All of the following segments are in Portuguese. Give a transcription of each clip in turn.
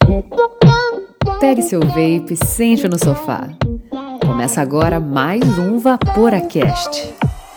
Pegue seu vape, sente no sofá. Começa agora mais um VaporaCast.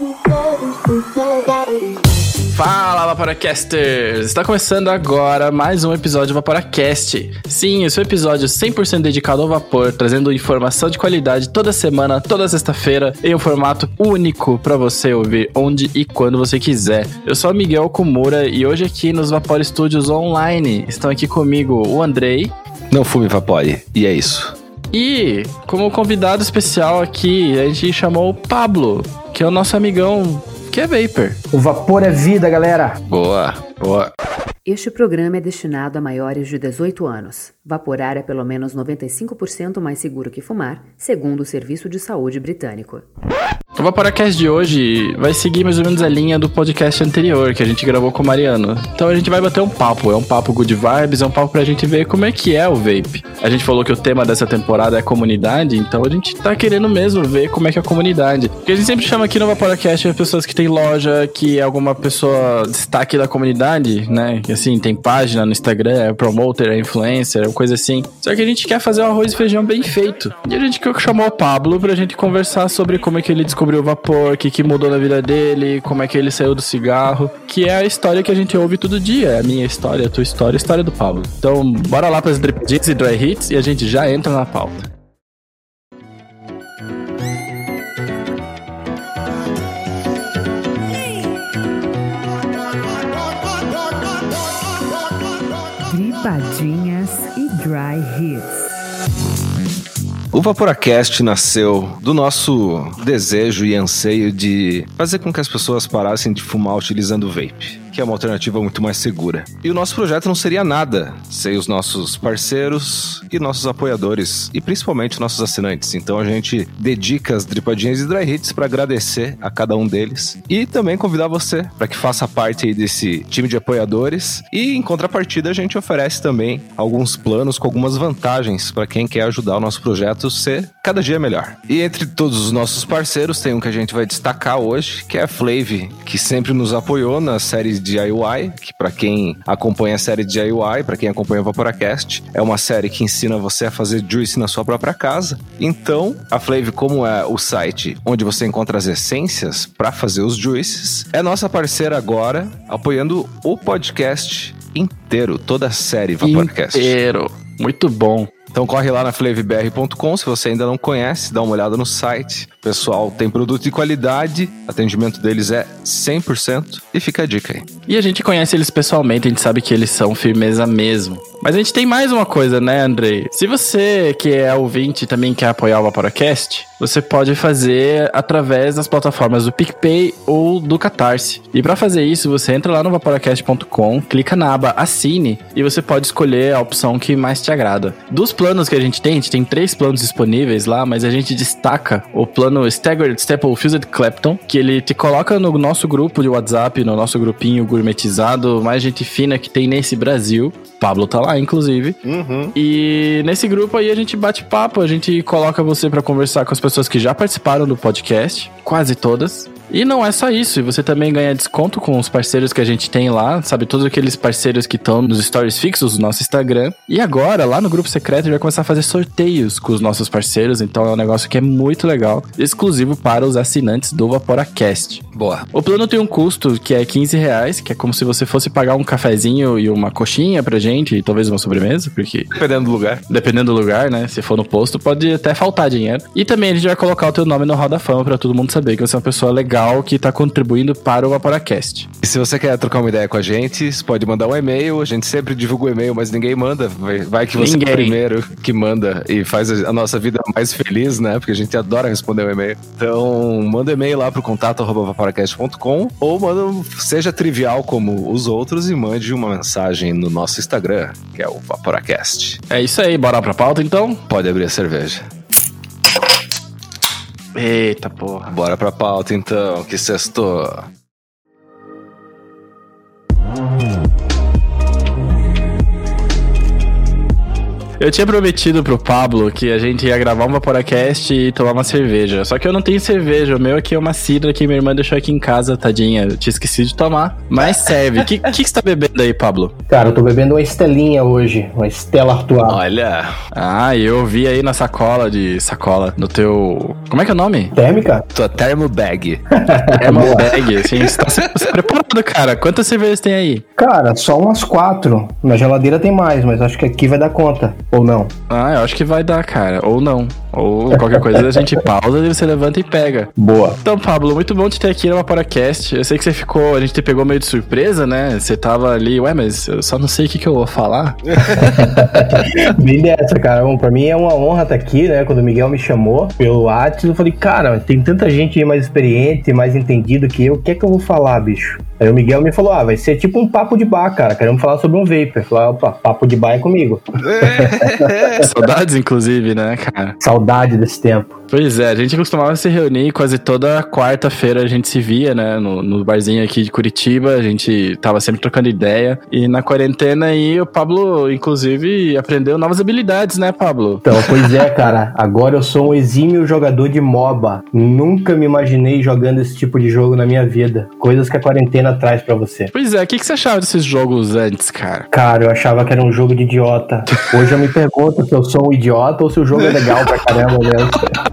Fala, VaporaCasters! Está começando agora mais um episódio do VaporaCast. Sim, esse é um episódio 100% dedicado ao vapor, trazendo informação de qualidade toda semana, toda sexta-feira, em um formato único para você ouvir onde e quando você quiser. Eu sou o Miguel Kumura e hoje aqui nos Vapor Studios Online estão aqui comigo o Andrei. Não fume, Vapore, e é isso. E como convidado especial aqui, a gente chamou o Pablo, que é o nosso amigão que é vapor. O vapor é vida, galera. Boa. Este programa é destinado a maiores de 18 anos. Vaporar é pelo menos 95% mais seguro que fumar, segundo o Serviço de Saúde Britânico. O VaporaCast de hoje vai seguir mais ou menos a linha do podcast anterior, que a gente gravou com o Mariano. Então a gente vai bater um papo, é um papo good vibes, é um papo pra gente ver como é que é o vape. A gente falou que o tema dessa temporada é comunidade, então a gente tá querendo mesmo ver como é que é a comunidade. Porque a gente sempre chama aqui no VaporaCast as pessoas que tem loja, que é alguma pessoa destaque da comunidade, né? Que assim, tem página no Instagram, é promoter, é influencer, é coisa assim. Só que a gente quer fazer um arroz e feijão bem feito. E a gente chamou o Pablo pra gente conversar sobre como é que ele descobriu o vapor, o que mudou na vida dele, como é que ele saiu do cigarro, que é a história que a gente ouve todo dia. É a minha história, a tua história, a história do Pablo. Então, bora lá pras dripadinhas e dry hits e a gente já entra na pauta. Dripadinhas e dry hits. O VaporaCast nasceu do nosso desejo e anseio de fazer com que as pessoas parassem de fumar utilizando o vape, que é uma alternativa muito mais segura. E o nosso projeto não seria nada sem os nossos parceiros e nossos apoiadores, e principalmente nossos assinantes. Então a gente dedica as dripadinhas e dry hits para agradecer a cada um deles e também convidar você para que faça parte aí desse time de apoiadores. E em contrapartida a gente oferece também alguns planos com algumas vantagens para quem quer ajudar o nosso projeto ser cada dia melhor. E entre todos os nossos parceiros tem um que a gente vai destacar hoje, que é a Flav, que sempre nos apoiou na série de DIY, que para quem acompanha a série de DIY, para quem acompanha o VaporaCast, é uma série que ensina você a fazer juice na sua própria casa. Então, a Flav, como é o site onde você encontra as essências para fazer os juices, é nossa parceira agora, apoiando o podcast inteiro, toda a série VaporaCast. Inteiro. Muito bom. Então corre lá na flavbr.com, se você ainda não conhece, dá uma olhada no site. O pessoal tem produto de qualidade, atendimento deles é 100% e fica a dica aí. E a gente conhece eles pessoalmente, a gente sabe que eles são firmeza mesmo. Mas a gente tem mais uma coisa, né, Andrei? Se você que é ouvinte e também quer apoiar o VaporaCast, você pode fazer através das plataformas do PicPay ou do Catarse. E para fazer isso, você entra lá no vaporacast.com, clica na aba Assine e você pode escolher a opção que mais te agrada. Dos planos que a gente tem 3 planos disponíveis lá, mas a gente destaca o plano Staggered Staple Fused Clapton, que ele te coloca no nosso grupo de WhatsApp, no nosso grupinho gourmetizado, mais gente fina que tem nesse Brasil. Pablo tá lá, inclusive. E nesse grupo aí a gente bate papo, a gente coloca você pra conversar com as pessoas que já participaram do podcast, quase todas. E não é só isso, e você também ganha desconto com os parceiros que a gente tem lá, sabe? Todos aqueles parceiros que estão nos stories fixos do nosso Instagram. E agora, lá no grupo secreto, a gente vai começar a fazer sorteios com os nossos parceiros, então é um negócio que é muito legal, exclusivo para os assinantes do VaporaCast. Boa. O plano tem um custo que é R$15, que é como se você fosse pagar um cafezinho e uma coxinha pra gente, e talvez uma sobremesa, porque... Dependendo do lugar. Dependendo do lugar, né? Se for no posto, pode até faltar dinheiro. E também a gente vai colocar o teu nome no Hall da Fama pra todo mundo saber que você é uma pessoa legal que tá contribuindo para o VaporaCast. E se você quer trocar uma ideia com a gente, você pode mandar um e-mail. A gente sempre divulga o e-mail, mas ninguém manda. Vai que você é o primeiro que manda e faz a nossa vida mais feliz, né? Porque a gente adora responder o e-mail. Então, manda um e-mail lá pro contato@vaporacast.com ou seja trivial como os outros e mande uma mensagem no nosso Instagram, que é o VaporaCast. É isso aí, bora pra pauta então? Pode abrir a cerveja. Eita porra. Bora pra pauta então, que sextou. Eu tinha prometido pro Pablo que a gente ia gravar um Vaporacast e tomar uma cerveja. Só que eu não tenho cerveja. O meu aqui é uma cidra que minha irmã deixou aqui em casa, tadinha. Eu tinha esquecido de tomar. Mas serve. O que você tá bebendo aí, Pablo? Cara, eu tô bebendo uma Estelinha hoje. Uma Stella Artois. Olha. Ah, eu vi aí na sacola, no teu... Como é que é o nome? Térmica? Tua Thermobag. Thermobag, assim. Você tá se preparando, cara. Quantas cervejas tem aí? Cara, só umas 4. Na geladeira tem mais, mas acho que aqui vai dar conta. Ou não? Ah, eu acho que vai dar, cara. Ou não. Ou qualquer coisa a gente pausa e você levanta e pega. Boa. Então, Pablo, muito bom te ter aqui no Vaporacast. Eu sei que você ficou... A gente te pegou meio de surpresa, né? Você tava ali... Ué, mas eu só não sei o que eu vou falar. Bem dessa, cara. Bom, pra mim é uma honra estar aqui, né? Quando o Miguel me chamou pelo WhatsApp, eu falei, cara, tem tanta gente aí mais experiente, mais entendido que eu. O que é que eu vou falar, bicho? Aí o Miguel me falou, vai ser tipo um papo de bar, cara. Queremos falar sobre um vapor. Eu falei, opa, papo de bar é comigo. Saudades, inclusive, né, cara? Saudade desse tempo. Pois é, a gente costumava se reunir quase toda quarta-feira, a gente se via, né, no barzinho aqui de Curitiba, a gente tava sempre trocando ideia, e na quarentena aí o Pablo, inclusive, aprendeu novas habilidades, né, Pablo? Então, pois é, cara, agora eu sou um exímio jogador de MOBA, nunca me imaginei jogando esse tipo de jogo na minha vida, coisas que a quarentena traz pra você. Pois é, o que você achava desses jogos antes, cara? Cara, eu achava que era um jogo de idiota, hoje eu me pergunto se eu sou um idiota ou se o jogo é legal pra caramba mesmo.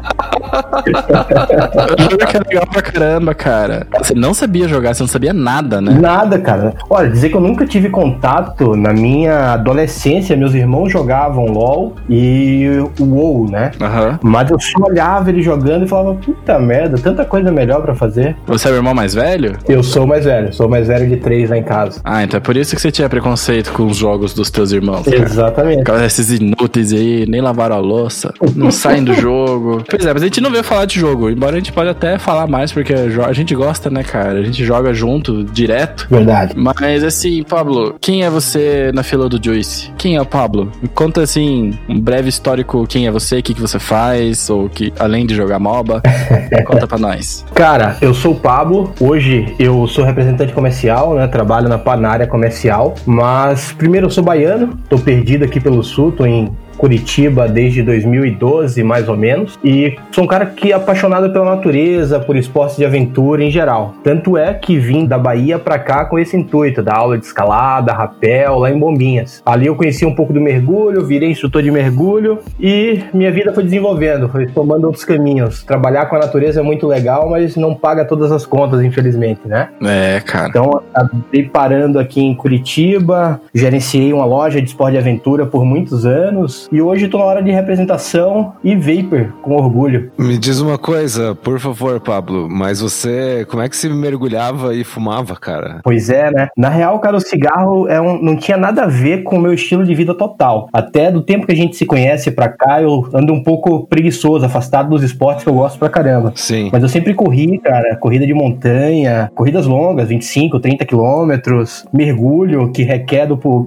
O jogo é legal pra caramba, cara. Você não sabia jogar, você não sabia nada, né? Nada, cara. Olha, dizer que eu nunca tive contato na minha adolescência, meus irmãos jogavam LOL e o WoW, né? Aham. Mas eu só olhava ele jogando e falava, puta merda, tanta coisa melhor pra fazer. Você é o irmão mais velho? Eu sou mais velho, sou mais velho de 3 lá em casa. Ah, então é por isso que você tinha preconceito com os jogos dos teus irmãos, cara. Exatamente. Esses inúteis aí, nem lavaram a louça, não saem do jogo. Pois é, mas a gente não veio falar de jogo, embora a gente pode até falar mais, porque a gente gosta, né, cara? A gente joga junto, direto. Verdade. Mas assim, Pablo, quem é você na fila do Juice? Quem é o Pablo? Me conta, assim, um breve histórico, quem é você, o que você faz, ou que, além de jogar MOBA, conta pra nós. Cara, eu sou o Pablo, hoje eu sou representante comercial, né, trabalho na área comercial, mas primeiro eu sou baiano, tô perdido aqui pelo sul, tô em Curitiba desde 2012, mais ou menos, e sou um cara que é apaixonado pela natureza, por esportes de aventura em geral. Tanto é que vim da Bahia pra cá com esse intuito, da aula de escalada, rapel, lá em Bombinhas. Ali eu conheci um pouco do mergulho, virei instrutor de mergulho e minha vida foi desenvolvendo, foi tomando outros caminhos. Trabalhar com a natureza é muito legal, mas não paga todas as contas, infelizmente, né? É, cara. Então, acabei parando aqui em Curitiba, gerenciei uma loja de esporte de aventura por muitos anos, e hoje tô na hora de representação e vapor, com orgulho. Me diz uma coisa, por favor, Pablo, mas você, como é que se mergulhava e fumava, cara? Pois é, né? Na real, cara, o cigarro não tinha nada a ver com o meu estilo de vida total. Até do tempo que a gente se conhece pra cá, eu ando um pouco preguiçoso, afastado dos esportes que eu gosto pra caramba. Sim. Mas eu sempre corri, cara, corrida de montanha, corridas longas, 25, 30 quilômetros, mergulho, que requer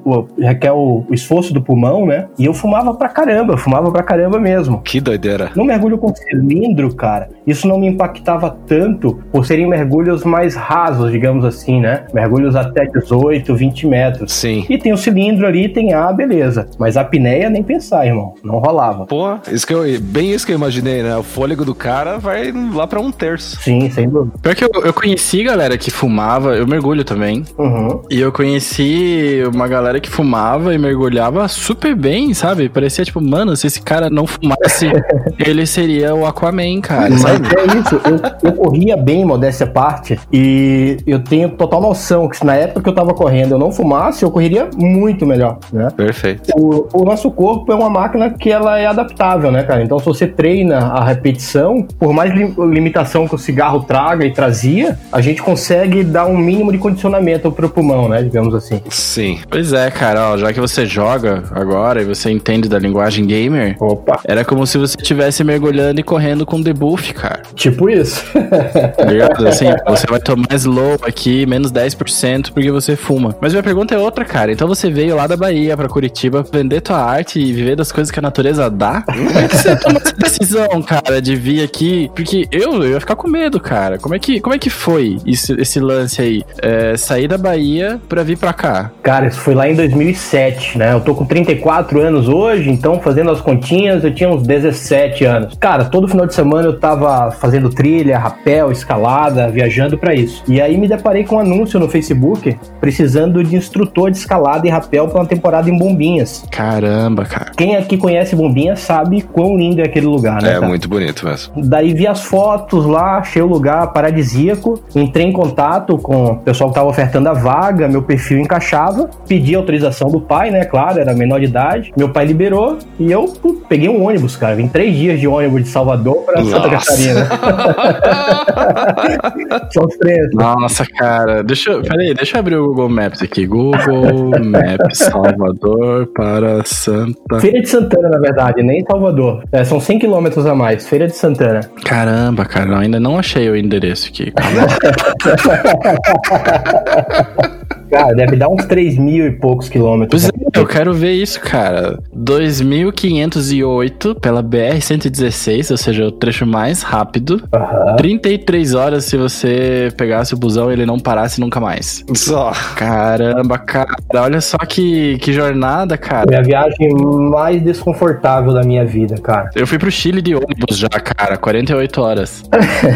o esforço do pulmão, né? E eu fumava pra caramba mesmo. Que doideira. No mergulho com cilindro, cara, isso não me impactava tanto por serem mergulhos mais rasos, digamos assim, né? Mergulhos até 18, 20 metros. Sim. E tem o cilindro ali, tem a beleza. Mas a apneia, nem pensar, irmão. Não rolava. Pô, bem isso que eu imaginei, né? O fôlego do cara vai lá pra 1/3. Sim, sem dúvida. Pior que eu conheci galera que fumava, eu mergulho também. Uhum. E eu conheci uma galera que fumava e mergulhava super bem, sabe? Parecia tipo, mano, se esse cara não fumasse, ele seria o Aquaman, cara. Mas sabe? é isso, eu corria bem, modéstia à parte, e eu tenho total noção que se na época que eu tava correndo eu não fumasse, eu correria muito melhor, né? Perfeito. O nosso corpo é uma máquina que ela é adaptável, né, cara? Então se você treina a repetição, por mais limitação que o cigarro traga e trazia, a gente consegue dar um mínimo de condicionamento pro pulmão, né, digamos assim. Sim. Pois é, cara, ó, já que você joga agora e você entende da linguagem gamer, Opa. era como se você estivesse mergulhando e correndo com debuff, cara. Tipo isso. Tá ligado? Assim, você vai tomar slow aqui, menos 10% porque você fuma. Mas minha pergunta é outra, cara. Então você veio lá da Bahia pra Curitiba vender tua arte e viver das coisas que a natureza dá? Como é que você toma essa decisão, cara, de vir aqui? Porque eu ia ficar com medo, cara. Como é que foi esse lance aí? Sair da Bahia pra vir pra cá? Cara, isso foi lá em 2007, né? Eu tô com 34 anos hoje, hoje, então fazendo as continhas, eu tinha uns 17 anos. Cara, todo final de semana eu tava fazendo trilha, rapel, escalada, viajando pra isso. E aí me deparei com um anúncio no Facebook, precisando de instrutor de escalada e rapel pra uma temporada em Bombinhas. Caramba, cara. Quem aqui conhece Bombinhas sabe quão lindo é aquele lugar, né? É muito bonito mesmo. Daí vi as fotos lá, achei o lugar paradisíaco, entrei em contato com o pessoal que tava ofertando a vaga, meu perfil encaixava, pedi autorização do pai, né? Claro, era menor de idade. Meu pai liberou e eu peguei um ônibus, cara. Vim 3 dias de ônibus de Salvador pra Santa Catarina. São os três. Nossa, cara. Deixa eu abrir o Google Maps aqui. Google Maps Salvador para Santa... Feira de Santana, na verdade, nem Salvador. São 100 quilômetros a mais. Feira de Santana. Caramba, cara. Ainda não achei o endereço aqui. Cara, deve dar uns 3.000 e poucos quilômetros. Pois é, eu quero ver isso, cara. 2.508 pela BR-116, ou seja, o trecho mais rápido. 33 horas se você pegasse o busão e ele não parasse nunca mais. Só. Caramba, cara. Olha só que jornada, cara. Foi a viagem mais desconfortável da minha vida, cara. Eu fui pro Chile de ônibus já, cara. 48 horas.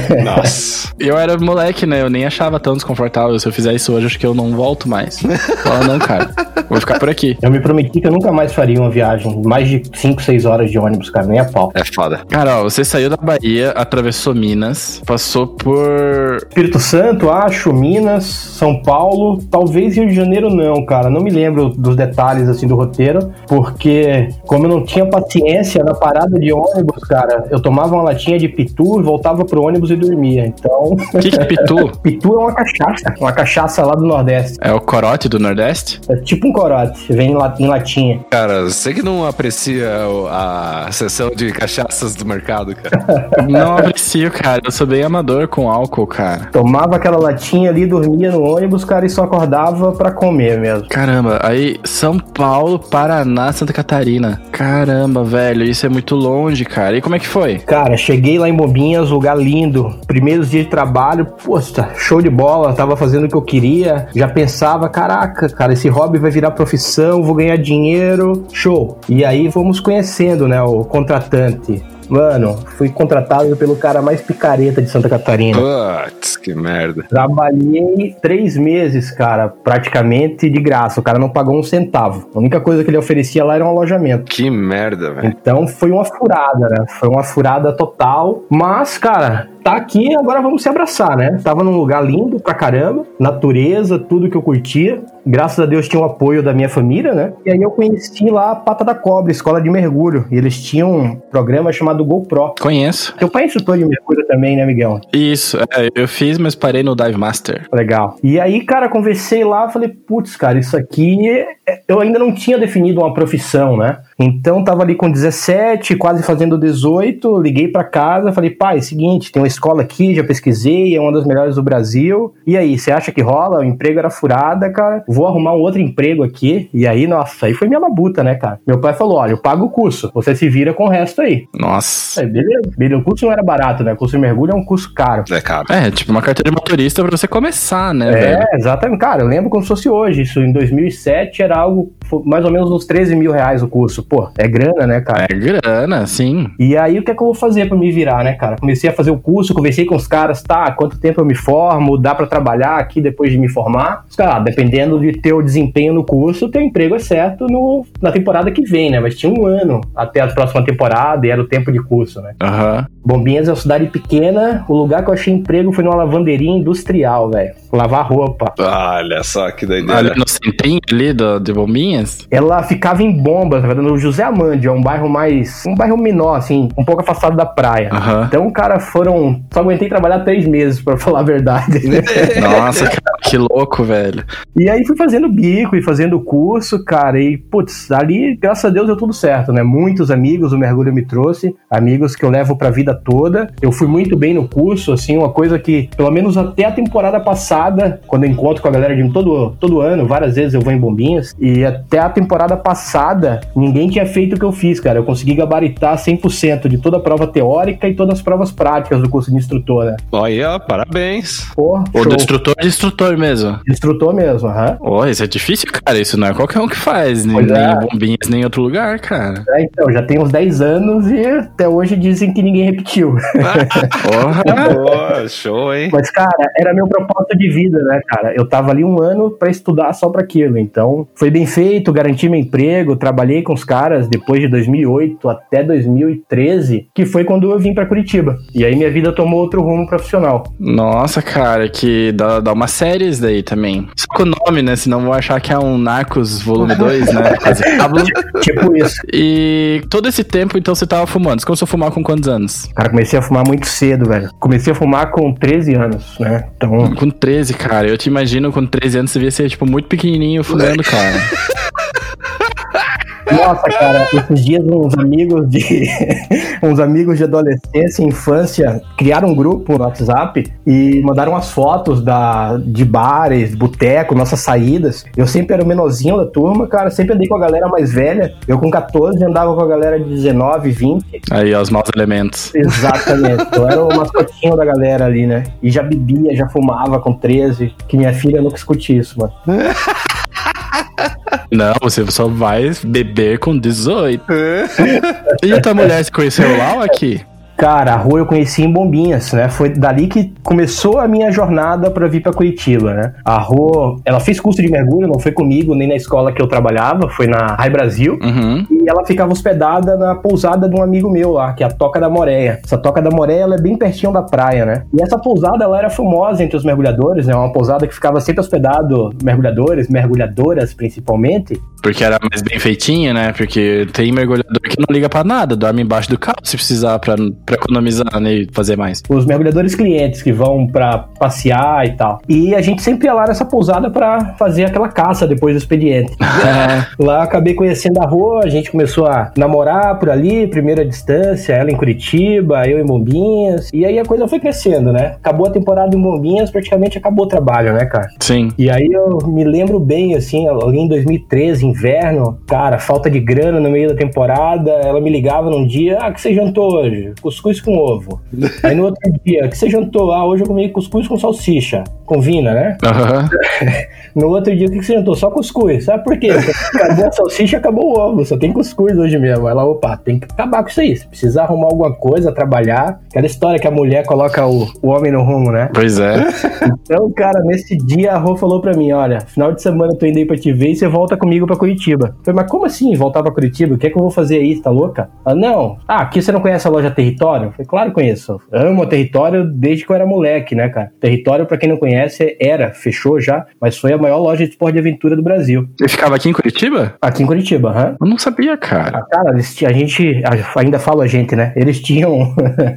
Nossa. Eu era moleque, né? Eu nem achava tão desconfortável. Se eu fizer isso hoje, acho que eu não volto mais. Fala, não, cara. Vou ficar por aqui. Eu me prometi que eu nunca mais faria uma viagem mais de 5, 6 horas de ônibus, cara. Nem a pau. É foda. Cara, ó, você saiu da Bahia, atravessou Minas, passou por... Espírito Santo, acho, Minas, São Paulo, talvez Rio de Janeiro não, cara. Não me lembro dos detalhes, assim, do roteiro, porque como eu não tinha paciência na parada de ônibus, cara, eu tomava uma latinha de pitu, voltava pro ônibus e dormia. Então... O que é pitu? Pitu é uma cachaça lá do Nordeste. É o corote do Nordeste? É tipo um corote, vem em latinha. Cara, você que não aprecia a seção de cachaças do mercado, cara. Não aprecio, cara. Eu sou bem amador com álcool, cara. Tomava aquela latinha ali, dormia no ônibus, cara, e só acordava pra comer mesmo. Caramba, aí São Paulo, Paraná, Santa Catarina. Caramba, velho, isso é muito longe, cara. E como é que foi? Cara, cheguei lá em Bombinhas, lugar lindo. Primeiros dias de trabalho, poxa, show de bola. Tava fazendo o que eu queria. Já pensava, caraca, cara, esse hobby vai virar profissão, vou ganhar dinheiro. Show. E aí fomos conhecendo, né, o contratante. Mano, fui contratado pelo cara mais picareta de Santa Catarina. Putz, que merda. Trabalhei 3 meses, cara, praticamente de graça. O cara não pagou um centavo. A única coisa que ele oferecia lá era um alojamento. Que merda, velho. Então foi uma furada, né? Foi uma furada total. Mas, cara, tá aqui, agora vamos se abraçar, né? Tava num lugar lindo pra caramba. Natureza, tudo que eu curtia. Graças a Deus tinha o apoio da minha família, né? E aí eu conheci lá a Pata da Cobra, escola de mergulho. E eles tinham um programa chamado GoPro. Conheço. Teu pai é instrutor de mergulho também, né, Miguel? Isso, eu fiz, mas parei no Dive Master. Legal. E aí, cara, conversei lá, falei, putz, cara, isso aqui... Eu ainda não tinha definido uma profissão, né? Então, tava ali com 17, quase fazendo 18, liguei pra casa, falei, pai, seguinte, tem uma escola aqui, já pesquisei, é uma das melhores do Brasil. E aí, você acha que rola? O emprego era furada, cara. Vou arrumar um outro emprego aqui. E aí, nossa, aí foi minha labuta, né, cara? Meu pai falou, olha, eu pago o curso, você se vira com o resto aí. Nossa. Aí, beleza. O curso não era barato, né? O curso de mergulho é um curso caro. É caro. É, tipo uma carteira de motorista pra você começar, né, velho? É, exatamente. Cara, eu lembro como se fosse hoje. Isso em 2007 era algo, mais ou menos uns 13 mil reais o curso. Pô, é grana, né, cara? É grana, sim. E aí, o que é que eu vou fazer pra me virar, né, cara? Comecei a fazer o curso, conversei com os caras, tá, quanto tempo eu me formo, dá pra trabalhar aqui depois de me formar? Os caras, dependendo de teu desempenho no curso, teu emprego é certo na temporada que vem, né? Mas tinha um ano até a próxima temporada e era o tempo de curso, né? Aham. Bombinhas é uma cidade pequena, o lugar que eu achei emprego foi numa lavanderia industrial, velho. Lavar roupa. Olha só que doideira. Ali no centrinho ali de Bombinhas? Ela ficava em Bombas, no José Amândio, é um bairro menor, assim, um pouco afastado da praia. Aham. Então, cara, só aguentei trabalhar 3 meses, pra falar a verdade. Nossa, cara, que louco, velho. E aí fui fazendo bico e fazendo curso, cara, e putz, ali, graças a Deus, deu tudo certo, né? Muitos amigos o mergulho me trouxe, amigos que eu levo pra vida toda. Eu fui muito bem no curso, assim, uma coisa que, pelo menos até a temporada passada, quando eu encontro com a galera de todo ano, várias vezes eu vou em Bombinhas, e até a temporada passada, ninguém ninguém tinha feito o que eu fiz, cara. Eu consegui gabaritar 100% de toda a prova teórica e todas as provas práticas do curso de instrutor, né? Olha, parabéns. Pô, Ou do instrutor mesmo. Instrutor mesmo, aham. Ô, isso é difícil, cara. Isso não é qualquer um que faz. Nem em Bombinhas, nem em outro lugar, cara. Então, já tem uns 10 anos e até hoje dizem que ninguém repetiu. Porra, show, hein? Mas, cara, era meu propósito de vida, né, cara? Eu tava ali um ano pra estudar só pra aquilo. Então, foi bem feito, garanti meu emprego, trabalhei com os caras depois de 2008 até 2013, que foi quando eu vim pra Curitiba. E aí minha vida tomou outro rumo profissional. Nossa, cara, que dá uma série isso daí também. Só com o nome, né? Senão vão achar que é um Narcos volume 2, né? Tipo isso. E todo esse tempo, então, você tava fumando. Você começou a fumar com quantos anos? Cara, comecei a fumar muito cedo, velho. Comecei a fumar com 13 anos, né? Então... Com 13, cara. Eu te imagino com 13 anos você devia ser, tipo, muito pequenininho fumando, cara. Nossa, cara, esses dias uns amigos de adolescência e infância criaram um grupo no WhatsApp e mandaram as fotos de bares, boteco, nossas saídas. Eu sempre era o menorzinho da turma, cara, sempre andei com a galera mais velha. Eu com 14 andava com a galera de 19, 20. Aí, ó, os maus elementos. Exatamente, eu era o mascotinho da galera ali, né? E já bebia, já fumava com 13, que minha filha nunca escute isso, mano. Não, você só vai beber com 18. E a tua mulher se conheceu lá ou aqui? Cara, a Rô eu conheci em Bombinhas, né? Foi dali que começou a minha jornada pra vir pra Curitiba, né? A Rô, ela fez curso de mergulho, não foi comigo, nem na escola que eu trabalhava, foi na Rai Brasil. Uhum. E ela ficava hospedada na pousada de um amigo meu lá, que é a Toca da Moreia. Essa Toca da Moreia, ela é bem pertinho da praia, né? E essa pousada, ela era famosa entre os mergulhadores, né? Uma pousada que ficava sempre hospedado mergulhadores, mergulhadoras principalmente. Porque era mais bem feitinha, né? Porque tem mergulhador que não liga pra nada, dorme embaixo do carro se precisar pra economizar, né, e fazer mais. Os mergulhadores clientes que vão pra passear e tal. E a gente sempre ia lá nessa pousada pra fazer aquela caça depois do expediente. Lá acabei conhecendo a Rô, a gente começou a namorar por ali, primeira distância, ela em Curitiba, eu em Bombinhas. E aí a coisa foi crescendo, né? Acabou a temporada em Bombinhas, praticamente acabou o trabalho, né, cara? Sim. E aí eu me lembro bem, assim, ali em 2013, inverno, cara, falta de grana no meio da temporada, ela me ligava num dia, o que você jantou hoje? Cuscuz com ovo. Aí no outro dia, o que você jantou? Hoje eu comi cuscuz com salsicha, com vina, né? No outro dia, o que você jantou? Só cuscuz. Sabe por quê? Acabou a salsicha, acabou o ovo, só tem cuscuz hoje mesmo. Ela, opa, tem que acabar com isso aí, se precisar arrumar alguma coisa, trabalhar. Aquela história que a mulher coloca o homem no rumo, né? Pois é. Então, cara, nesse dia a Rô falou pra mim, olha, final de semana eu tô indo aí pra te ver e você volta comigo pra Curitiba. Eu falei, mas como assim voltar pra Curitiba? O que é que eu vou fazer aí? Você tá louca? Ela, não. Aqui você não conhece a loja Território? Eu falei, claro que conheço. Eu amo o Território desde que eu era moleque, né, cara? Território, pra quem não conhece, fechou já, mas foi a maior loja de esporte de aventura do Brasil. Ele ficava aqui em Curitiba? Aqui em Curitiba, aham. Eu não sabia, cara. Cara, a gente, ainda falo a gente, né? Eles tinham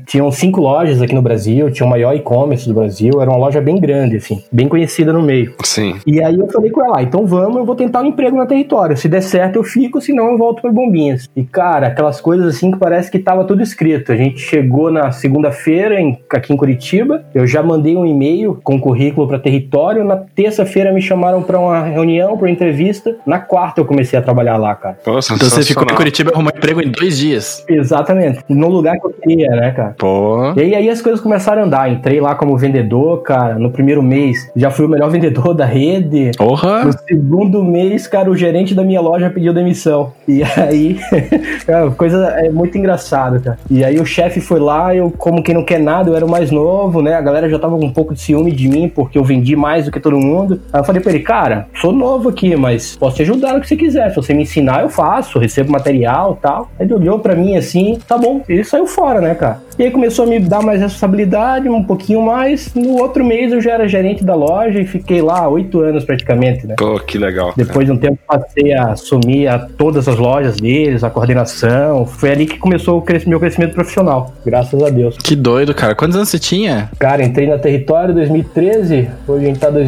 5 lojas aqui no Brasil, tinha o maior e-commerce do Brasil, era uma loja bem grande, assim, bem conhecida no meio. Sim. E aí eu falei com ela, então vamos, eu vou tentar um emprego no Território. Se der certo eu fico, senão eu volto para Bombinhas. E cara, aquelas coisas assim que parece que tava tudo escrito. A gente chegou na segunda-feira aqui em Curitiba, eu já mandei um e-mail com currículo para Território, na terça-feira me chamaram para uma reunião, para uma entrevista, na quarta eu comecei a trabalhar lá, cara. Nossa, então você ficou em Curitiba e arrumou emprego em 2 dias. Exatamente, no lugar que eu queria, né, cara? Pô. E aí as coisas começaram a andar, entrei lá como vendedor, cara, no primeiro mês já fui o melhor vendedor da rede. Porra! No segundo mês, cara, o gerente da minha loja pediu demissão. E aí, cara, coisa é muito engraçada, cara. E aí o chefe foi lá, eu como quem não quer nada, eu era o mais novo, né? A galera já tava com um pouco de ciúme de mim, porque eu vendi mais do que todo mundo. Aí eu falei pra ele, cara, sou novo aqui, mas posso te ajudar no que você quiser. Se você me ensinar, eu faço, recebo material e tal. Aí ele olhou pra mim assim, tá bom. Ele saiu fora, né, cara? E aí começou a me dar mais responsabilidade, um pouquinho mais. No outro mês eu já era gerente da loja e fiquei lá 8 anos praticamente, né? Pô, que legal. Depois de um tempo passei a assumir todas as lojas deles, a coordenação. Foi ali que começou o meu crescimento profissional, graças a Deus. Que doido, cara. Quantos anos você tinha? Cara, entrei na Território em 2013, hoje a gente tá em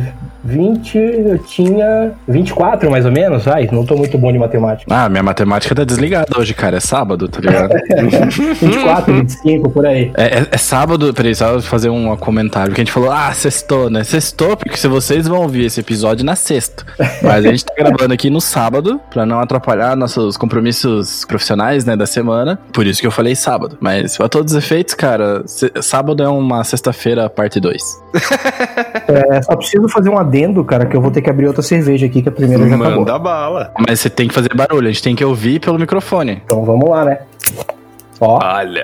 2020, eu tinha 24 mais ou menos, não tô muito bom de matemática. Ah, minha matemática tá desligada hoje, cara, é sábado, tá ligado? 24, 25. 5, por aí. É sábado, peraí, só fazer um comentário, porque a gente falou, sextou, né? Sextou, porque se vocês vão ouvir esse episódio na sexta. Mas a gente tá gravando aqui no sábado, pra não atrapalhar nossos compromissos profissionais, né, da semana. Por isso que eu falei sábado. Mas pra todos os efeitos, cara, sábado é uma sexta-feira, parte 2. Só preciso fazer um adendo, cara, que eu vou ter que abrir outra cerveja aqui, que a primeira já acabou. Manda bala. Mas você tem que fazer barulho, a gente tem que ouvir pelo microfone. Então vamos lá, né? Ó. Olha.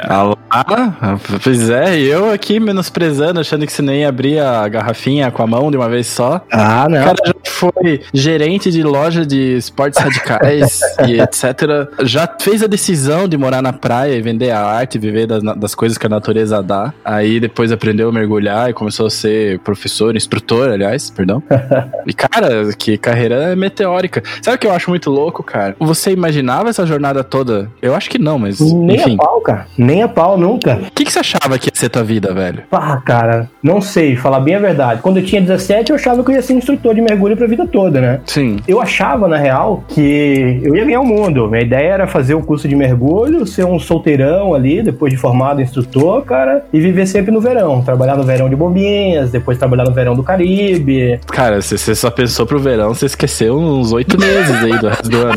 Pois é, eu aqui menosprezando, achando que você nem ia abrir a garrafinha com a mão de uma vez só. Não. O cara já foi gerente de loja de esportes radicais e etc. Já fez a decisão de morar na praia e vender a arte, viver das coisas que a natureza dá. Aí depois aprendeu a mergulhar e começou a ser professor, instrutor, aliás, perdão. E cara, que carreira meteórica. Sabe o que eu acho muito louco, cara? Você imaginava essa jornada toda? Eu acho que não, mas Nem enfim. a pau, cara. Nem a pau, nunca. O que você achava que ia ser tua vida, velho? Cara, não sei, falar bem a verdade. Quando eu tinha 17, eu achava que eu ia ser instrutor de mergulho pra vida toda, né? Sim. Eu achava, na real, que eu ia ganhar o mundo. Minha ideia era fazer o curso de mergulho, ser um solteirão ali, depois de formado instrutor, cara, e viver sempre no verão. Trabalhar no verão de Bombinhas, depois trabalhar no verão do Caribe. Cara, você só pensou pro verão, você esqueceu uns 8 meses aí do resto do ano.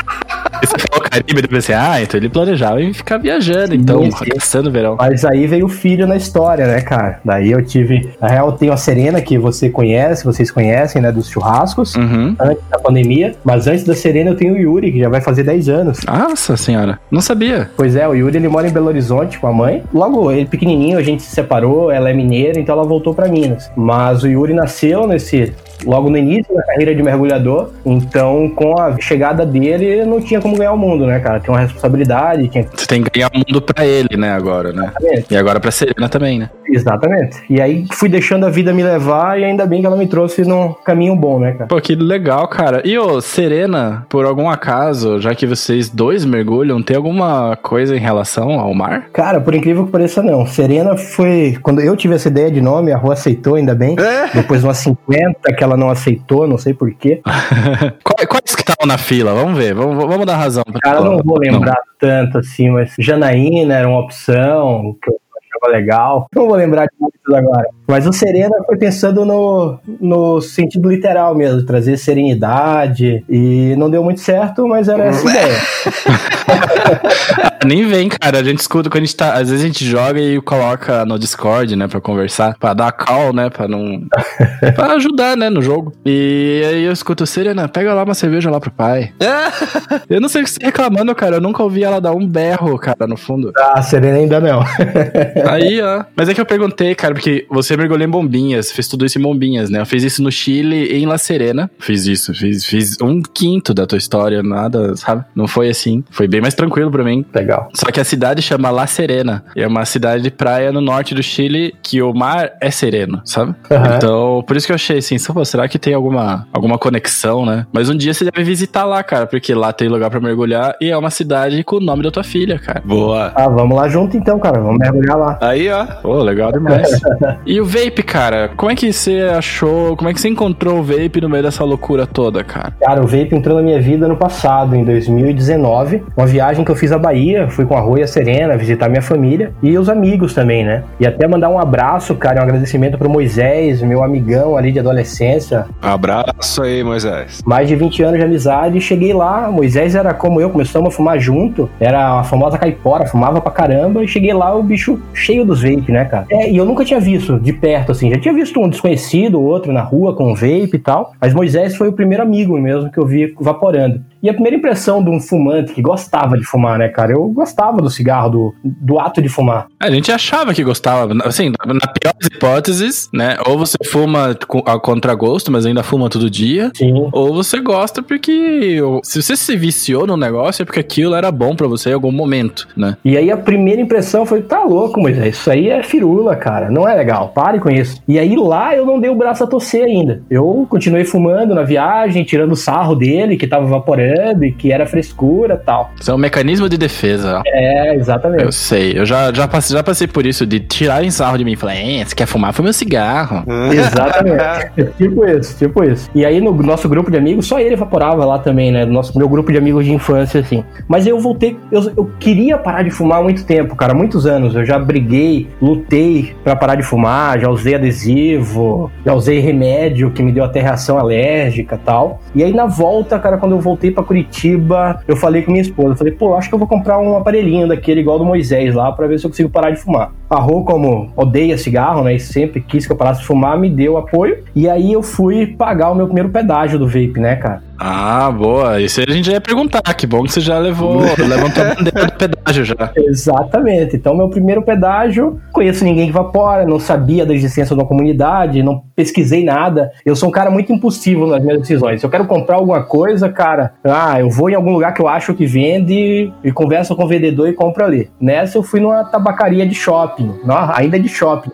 E você falou Caribe, eu pensei, então ele planejava em ficar viajando, então, caçando o verão. Mas aí veio o filho na história, né, cara? Daí eu tive... Na real, eu tenho a Serena, que vocês conhecem, né, dos churrascos, antes da pandemia. Mas antes da Serena eu tenho o Yuri, que já vai fazer 10 anos. Nossa senhora, não sabia. Pois é, o Yuri, ele mora em Belo Horizonte com a mãe. Logo, ele pequenininho, a gente se separou, ela é mineira, então ela voltou pra Minas. Mas o Yuri nasceu logo no início da carreira de mergulhador, então com a chegada dele não tinha como ganhar o mundo, né, cara? Tem uma responsabilidade. Você tem que ganhar o mundo pra ele, né, agora, né? Exatamente. E agora pra Serena também, né? Exatamente. E aí fui deixando a vida me levar e ainda bem que ela me trouxe num caminho bom, né, cara? Pô, que legal, cara. E Serena, por algum acaso, já que vocês dois mergulham, tem alguma coisa em relação ao mar? Cara, por incrível que pareça, não. Serena foi... Quando eu tive essa ideia de nome, a Rua aceitou, ainda bem. Depois de umas 50 que ela não aceitou, não sei porquê. Quais que estavam na fila? Vamos ver, vamos dar razão. Cara, não vou lembrar tanto assim, mas Janaína era uma opção que eu achava legal. Não vou lembrar de muitos agora. Mas o Serena foi pensando no sentido literal mesmo, trazer serenidade, e não deu muito certo, mas era essa a ideia. Nem vem, cara, a gente escuta quando a gente tá, às vezes a gente joga e coloca no Discord, né, pra conversar, pra dar call, né, pra não... pra ajudar, né, no jogo. E aí eu escuto, Serena, pega lá uma cerveja lá pro pai. Eu não sei o que você tá reclamando, cara, eu nunca ouvi ela dar um berro, cara, no fundo. Serena ainda não. Aí, ó. Mas é que eu perguntei, cara, porque você mergulhou em Bombinhas, fez tudo isso em Bombinhas, né? Eu fiz isso no Chile, em La Serena. Fiz 1/5 da tua história, nada, sabe? Não foi assim. Foi bem mais tranquilo pra mim. Legal. Só que a cidade chama La Serena. E é uma cidade de praia no norte do Chile que o mar é sereno, sabe? Então, por isso que eu achei assim, pô, será que tem alguma conexão, né? Mas um dia você deve visitar lá, cara, porque lá tem lugar pra mergulhar e é uma cidade com o nome da tua filha, cara. Boa. Vamos lá junto então, cara. Vamos mergulhar lá. Aí, ó. Pô, legal demais. E o vape, cara? Como é que você achou, como é que você encontrou o vape no meio dessa loucura toda, cara? Cara, o vape entrou na minha vida ano passado, em 2019. Uma viagem que eu fiz à Bahia, fui com a Rua e a Serena visitar minha família e os amigos também, né? E até mandar um abraço, cara, um agradecimento pro Moisés, meu amigão ali de adolescência. Abraço aí, Moisés. Mais de 20 anos de amizade. Cheguei lá, Moisés era como eu, começamos a fumar junto. Era a famosa caipora, fumava pra caramba. E cheguei lá, o bicho cheio dos vape, né, cara? E eu nunca tinha visto de perto, assim. Já tinha visto um desconhecido, outro na rua com vape e tal. Mas Moisés foi o primeiro amigo mesmo que eu vi vaporando. E a primeira impressão de um fumante que gostava de fumar, né, cara? Eu gostava do cigarro, do ato de fumar. A gente achava que gostava, assim, na pior das hipóteses, né? Ou você fuma a contragosto, mas ainda fuma todo dia. Sim. Ou você gosta porque se você se viciou no negócio é porque aquilo era bom pra você em algum momento, né? E aí a primeira impressão foi, tá louco, Moisés, isso aí é firula, cara, não é legal, pare com isso. E aí lá eu não dei o braço a torcer ainda. Eu continuei fumando na viagem, tirando sarro dele, que tava vaporando, cheirando e que era frescura e tal. Isso é um mecanismo de defesa. É, exatamente. Eu sei, eu já passei por isso, de tirarem sarro de mim e falar, você quer fumar? Fuma meu cigarro. Exatamente. Tipo isso. E aí no nosso grupo de amigos, só ele vaporava lá também, né? Meu grupo de amigos de infância, assim. Mas eu voltei, eu queria parar de fumar há muito tempo, cara, muitos anos. Eu já briguei, lutei pra parar de fumar, já usei adesivo, já usei remédio que me deu até reação alérgica e tal. E aí na volta, cara, quando eu voltei pra Curitiba, eu falei com minha esposa, falei, acho que eu vou comprar um aparelhinho daquele igual do Moisés lá, pra ver se eu consigo parar de fumar. A Rô, como odeia cigarro, né, e sempre quis que eu parasse de fumar, me deu apoio. E aí eu fui pagar o meu primeiro pedágio do vape, né, cara? Ah, boa. Isso aí a gente já ia perguntar. Que bom que você já levantou a bandeira do pedágio já. Exatamente. Então, meu primeiro pedágio, conheço ninguém que vapora, não sabia da existência de uma comunidade, não pesquisei nada. Eu sou um cara muito impulsivo nas minhas decisões. Se eu quero comprar alguma coisa, cara, eu vou em algum lugar que eu acho que vende e converso com o vendedor e compro ali. Nessa, eu fui numa tabacaria de shopping. Ainda de shopping.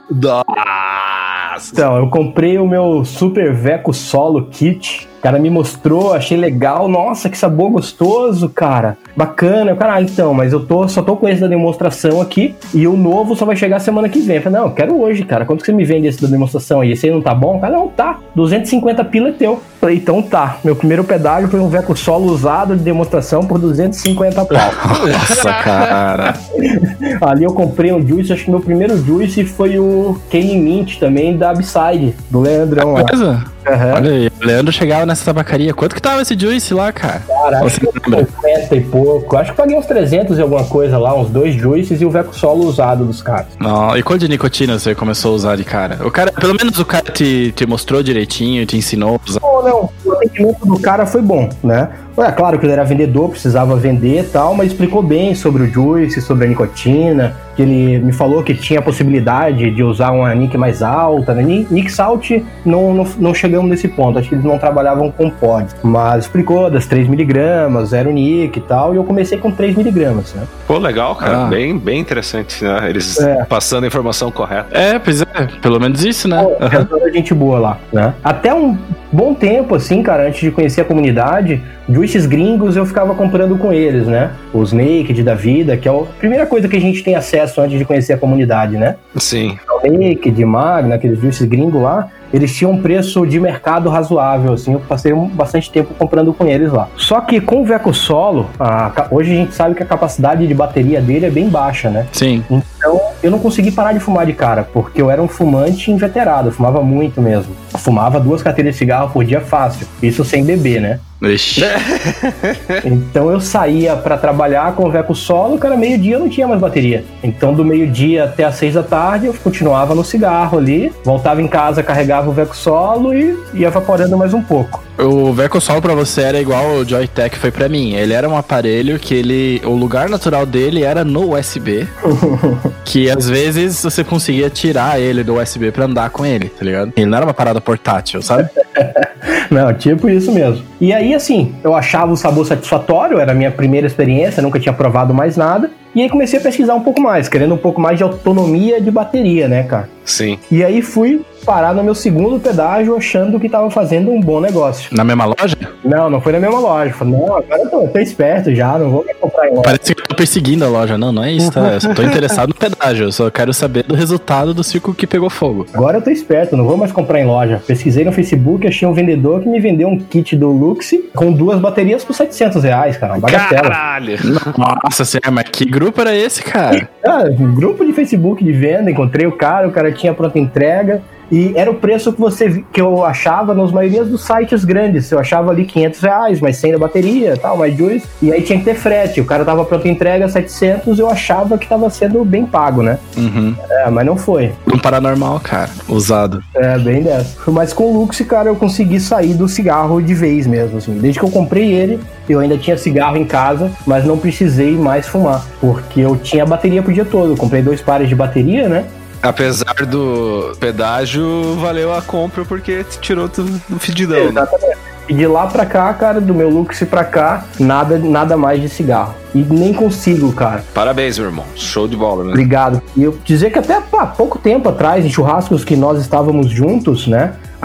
Então, eu comprei o meu Super Veco Solo Kit. O cara me mostrou, achei legal. Nossa, que sabor gostoso, cara. Bacana. Caralho, então, mas eu só tô com esse da demonstração aqui e o novo só vai chegar semana que vem. Eu falei, não, eu quero hoje, cara. Quanto que você me vende esse da demonstração aí? Esse aí não tá bom? Cara, não, tá. 250 pila é teu. Eu falei, então tá. Meu primeiro pedágio foi um Veco Solo usado de demonstração por 250 pau. Nossa, cara. Ali eu comprei um Juice, acho que meu primeiro Juice foi o Cane Mint também, da Upside, do Leandrão lá. Uhum. Olha aí, o Leandro chegava nessa tabacaria. Quanto que tava esse Juice lá, cara? Cara, acho que 50 e pouco. Acho que paguei uns 300 e alguma coisa lá, uns 2 Juices e o Veco Solo usado dos caras. Não, e quanto de nicotina você começou a usar de cara? O cara, pelo menos o cara te mostrou direitinho, te ensinou a usar. Não, o atendimento do cara foi bom, né? É claro que ele era vendedor, precisava vender e tal, mas explicou bem sobre o Juice, sobre a nicotina, que ele me falou que tinha a possibilidade de usar uma nic mais alta, né? Nic Salt não chegamos nesse ponto, acho que eles não trabalhavam com pod, mas explicou das 3mg, zero nic e tal, e eu comecei com 3mg, né? Pô, legal, cara, bem interessante, né? Eles passando a informação correta. Pois é, pelo menos isso, né? Toda gente boa lá, né? Até um bom tempo, assim, cara, antes de conhecer a comunidade, Juices gringos eu ficava comprando com eles, né? Os Naked da vida, que é a primeira coisa que a gente tem acesso antes de conhecer a comunidade, né? Sim. O Naked, Magna, aqueles Juices gringos lá, eles tinham um preço de mercado razoável, assim, eu passei bastante tempo comprando com eles lá. Só que com o Veco Solo, hoje a gente sabe que a capacidade de bateria dele é bem baixa, né? Sim. Então, eu não consegui parar de fumar de cara, porque eu era um fumante inveterado, eu fumava muito mesmo. Eu fumava 2 carteiras de cigarro por dia fácil, isso sem beber, né? Ixi. Então eu saía pra trabalhar com o Veco Solo, cara, meio-dia eu não tinha mais bateria. Então do meio-dia até às 6 da tarde eu continuava no cigarro ali, voltava em casa, carregava o Veco Solo e ia evaporando mais um pouco. O Veco Solo pra você era igual o Joytech foi pra mim. Ele era um aparelho que o lugar natural dele era no USB, que às vezes você conseguia tirar ele do USB pra andar com ele, tá ligado? Ele não era uma parada portátil, sabe? Não, tipo isso mesmo. E aí, assim, eu achava o sabor satisfatório, era a minha primeira experiência, nunca tinha provado mais nada. E aí comecei a pesquisar um pouco mais, querendo um pouco mais de autonomia de bateria, né, cara? Sim. E aí fui parar no meu segundo pedágio achando que tava fazendo um bom negócio. Na mesma loja? Não foi na mesma loja. Falei, não, agora eu tô esperto já, não vou me comprar em loja. Parece que eu tô perseguindo a loja. Não é isso, tá? Eu só tô interessado no pedágio, eu só quero saber do resultado do ciclo que pegou fogo. Agora eu tô esperto, não vou mais comprar em loja. Pesquisei no Facebook, achei um vendedor que me vendeu um kit do Luxi com 2 baterias por R$700, cara, uma bagatela. Caralho! Nossa senhora, mas que grupo era esse, cara? Um grupo de Facebook de venda, encontrei o cara tinha pronta entrega. E era o preço que eu achava nas maiorias dos sites grandes. Eu achava ali R$500, mas sem a bateria, tal, mais Juice. E aí tinha que ter frete. O cara tava pronto entrega, 700, eu achava que tava sendo bem pago, né? Uhum. Mas não foi. Um paranormal, cara, usado. Bem dessa. Mas com o Luxi, cara, eu consegui sair do cigarro de vez mesmo, assim. Desde que eu comprei ele, eu ainda tinha cigarro em casa, mas não precisei mais fumar, porque eu tinha bateria pro dia todo. Eu comprei 2 pares de bateria, né? Apesar do pedágio, valeu a compra porque te tirou do fedidão. Exatamente. Né? E de lá pra cá, cara, do meu Luxi pra cá, nada mais de cigarro. E nem consigo, cara. Parabéns, meu irmão. Show de bola, né? Obrigado. E eu dizer que até pouco tempo atrás, em churrascos que nós estávamos juntos, né?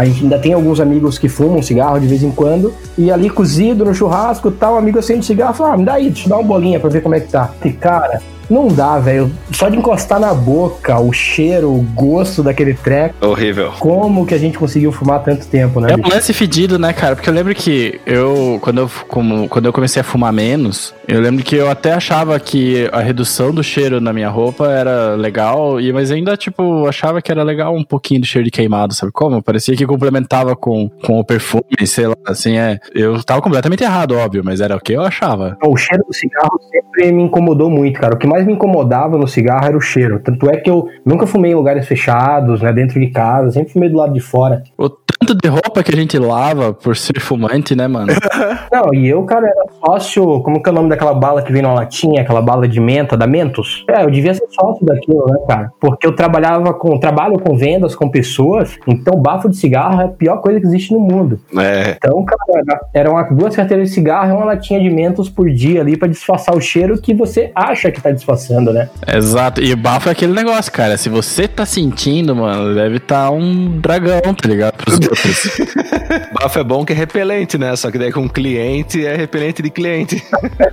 A gente ainda tem alguns amigos que fumam cigarro de vez em quando, e ali cozido no churrasco e tal, o amigo acende cigarro e fala, me dá aí, deixa eu dar uma bolinha pra ver como é que tá. E cara, não dá, velho. Só de encostar na boca, o cheiro, o gosto daquele treco. Horrível. Como que a gente conseguiu fumar tanto tempo, né? É um lance fedido, né, cara? Porque eu lembro que quando eu comecei a fumar menos, eu lembro que eu até achava que a redução do cheiro na minha roupa era legal, mas ainda, tipo, achava que era legal um pouquinho do cheiro de queimado, sabe como? Parecia que complementava com o perfume, sei lá, assim, eu tava completamente errado, óbvio, mas era o que eu achava. O cheiro do cigarro sempre me incomodou muito, cara. O que mais me incomodava no cigarro era o cheiro. Tanto é que eu nunca fumei em lugares fechados, né, dentro de casa, sempre fumei do lado de fora. O tanto de roupa que a gente lava por ser fumante, né, mano? Não, e eu, cara, era sócio, como que é o nome daquela bala que vem numa latinha, aquela bala de menta, da Mentos? Eu devia ser sócio daquilo, né, cara? Porque eu trabalho com vendas, com pessoas, então bafo de cigarro é a pior coisa que existe no mundo. Então, cara, eram 2 carteiras de cigarro e uma latinha de Mentos por dia ali pra disfarçar o cheiro que você acha que tá disfarçando, né? Exato, e o bafo é aquele negócio, cara, se você tá sentindo, mano, deve tá um dragão, tá ligado? Pros outros. Bafo é bom que é repelente, né? Só que daí com cliente é repelente de cliente.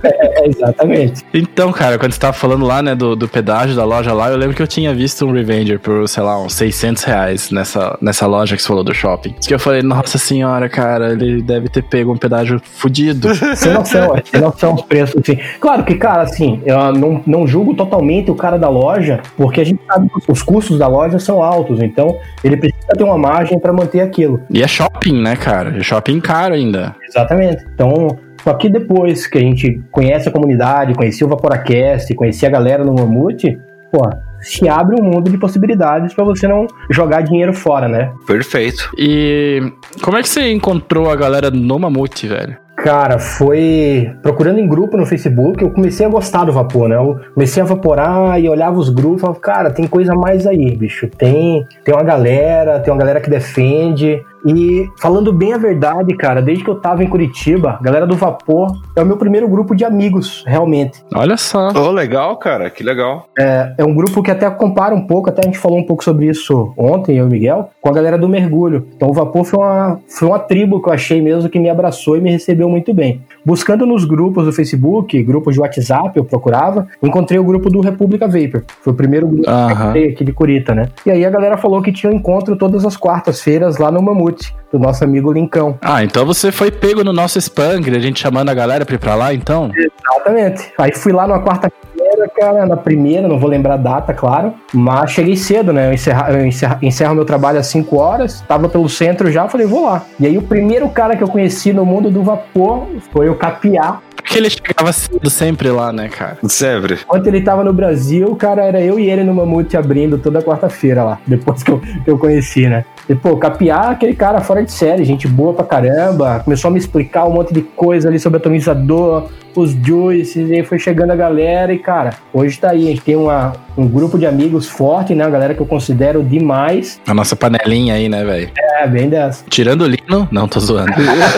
Exatamente. Então, cara, quando você tava falando lá, né, do pedágio da loja lá, eu lembro que eu tinha visto um Revenger por, sei lá, uns R$600 nessa loja que você falou do shopping. Isso que eu falei, nossa senhora, cara, ele deve ter pego um pedágio fudido. Sem noção os preços, assim. Claro que, cara, assim, eu não julgo totalmente o cara da loja, porque a gente sabe que os custos da loja são altos, então ele precisa ter uma margem pra manter aquilo. E é shopping, né, cara? É shopping caro ainda. Exatamente. Então, só que depois que a gente conhece a comunidade, conhecia o Vaporacast, conhecia a galera no Mamute, pô, se abre um mundo de possibilidades pra você não jogar dinheiro fora, né? Perfeito. E como é que você encontrou a galera no Mamute, velho? Cara, foi procurando em grupo no Facebook, eu comecei a gostar do vapor, né? Eu comecei a vaporar e olhava os grupos e falava, cara, tem coisa mais aí, bicho. Tem uma galera que defende. E falando bem a verdade, cara, desde que eu tava em Curitiba, a galera do vapor é o meu primeiro grupo de amigos, realmente. Olha só. Oh, legal, cara, que legal. É um grupo que até compara um pouco, até a gente falou um pouco sobre isso ontem, eu e o Miguel, com a galera do mergulho. Então o vapor foi uma tribo que eu achei mesmo que me abraçou e me recebeu muito bem. Buscando nos grupos do Facebook, grupos de WhatsApp, eu procurava, encontrei o grupo do República Vapor. Foi o primeiro grupo que eu encontrei aqui de Curitiba, né? E aí a galera falou que tinha um encontro todas as quartas-feiras lá no Mamute, do nosso amigo Lincão. Ah, então você foi pego no nosso spam, a gente chamando a galera pra ir pra lá, então? Exatamente. Aí fui lá numa quarta-feira, cara, na primeira, não vou lembrar a data, claro, mas cheguei cedo, né? Eu encerro meu trabalho às 5 horas, tava pelo centro já, falei, vou lá. E aí o primeiro cara que eu conheci no mundo do vapor foi o Capiá. Porque ele chegava cedo sempre lá, né, cara? Sempre. Enquanto ele tava no Brasil, cara, era eu e ele no Mamute abrindo toda quarta-feira lá, depois que eu conheci, né? E, pô, o Capiá, aquele cara fora de série, gente boa pra caramba, começou a me explicar um monte de coisa ali sobre atomizador, os juices, e aí foi chegando a galera e, cara, hoje tá aí, a gente tem um grupo de amigos forte, né, a galera que eu considero demais. A nossa panelinha aí, né, velho? É, bem dessa. Tirando o Lino, não, tô zoando.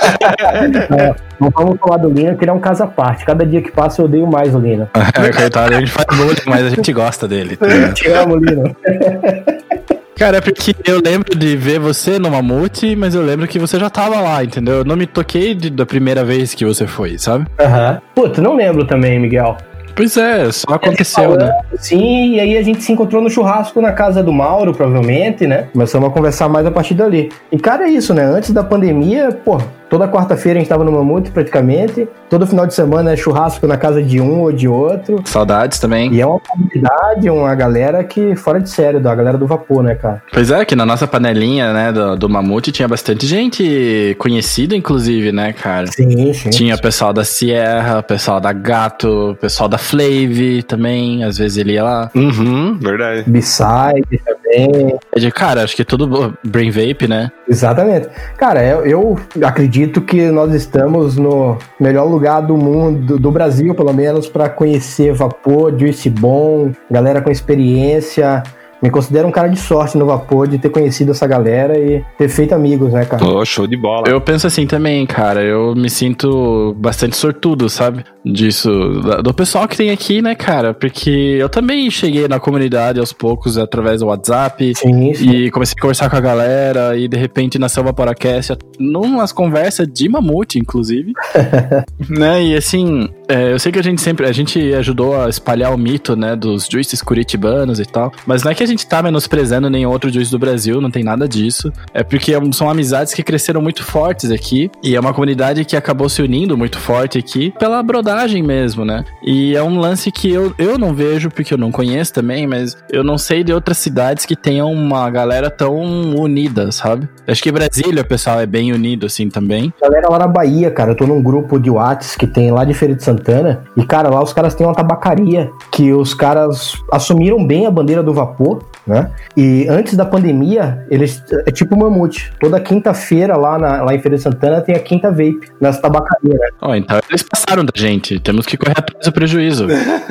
Não vamos falar do Lino, que ele é um caso à parte, cada dia que passa eu odeio mais o Lino. Coitado, a gente faz bullying, mas a gente gosta dele. Tá? Te amo, Lino. Cara, é porque eu lembro de ver você no Mamute, mas eu lembro que você já tava lá, entendeu? Eu não me toquei da primeira vez que você foi, sabe? Puta, não lembro também, Miguel. Pois é, só aconteceu, né? Sim, e aí a gente se encontrou no churrasco na casa do Mauro, provavelmente, né? Começamos a conversar mais a partir dali. E, cara, é isso, né? Antes da pandemia, pô, toda quarta-feira a gente tava no Mamute, praticamente. Todo final de semana é churrasco na casa de um ou de outro. Saudades também. E é uma comunidade, uma galera que, fora de sério, da galera do vapor, né, cara? Pois é, que na nossa panelinha, né, do Mamute tinha bastante gente conhecida, inclusive, né, cara? Sim, sim. Tinha o pessoal da Sierra, o pessoal da Gato, o pessoal da Flave também, às vezes ele ia lá. Verdade. B-Side também. Cara, acho que é tudo Brain Vape, né? Exatamente. Cara, eu acredito que nós estamos no melhor lugar do mundo, do Brasil, pelo menos, para conhecer vapor, juice bom, galera com experiência. Me considero um cara de sorte no Vapor de ter conhecido essa galera e ter feito amigos, né, cara? Oh, show de bola. Eu penso assim também, cara. Eu me sinto bastante sortudo, sabe? Disso, do pessoal que tem aqui, né, cara? Porque eu também cheguei na comunidade aos poucos através do WhatsApp. Sim. E comecei a conversar com a galera e de repente nasceu o Vaporacast, numas conversas de mamute, inclusive. Né? E assim, eu sei que a gente ajudou a espalhar o mito, né, dos juices curitibanos e tal, mas não é que a gente tá menosprezando nenhum outro juiz do Brasil, não tem nada disso. É porque são amizades que cresceram muito fortes aqui e é uma comunidade que acabou se unindo muito forte aqui pela brodagem mesmo, né? E é um lance que eu não vejo porque eu não conheço também, mas eu não sei de outras cidades que tenham uma galera tão unida, sabe? Acho que Brasília, o pessoal é bem unido assim também. Galera lá na Bahia, cara, eu tô num grupo de Whats que tem lá de Feira de Santana e, cara, lá os caras têm uma tabacaria que os caras assumiram bem a bandeira do vapor, né? E antes da pandemia, eles, é tipo mamute. Toda quinta-feira lá em Feira de Santana tem a quinta vape nessa tabacaria, né? Oh, então eles passaram da gente, temos que correr atrás do prejuízo.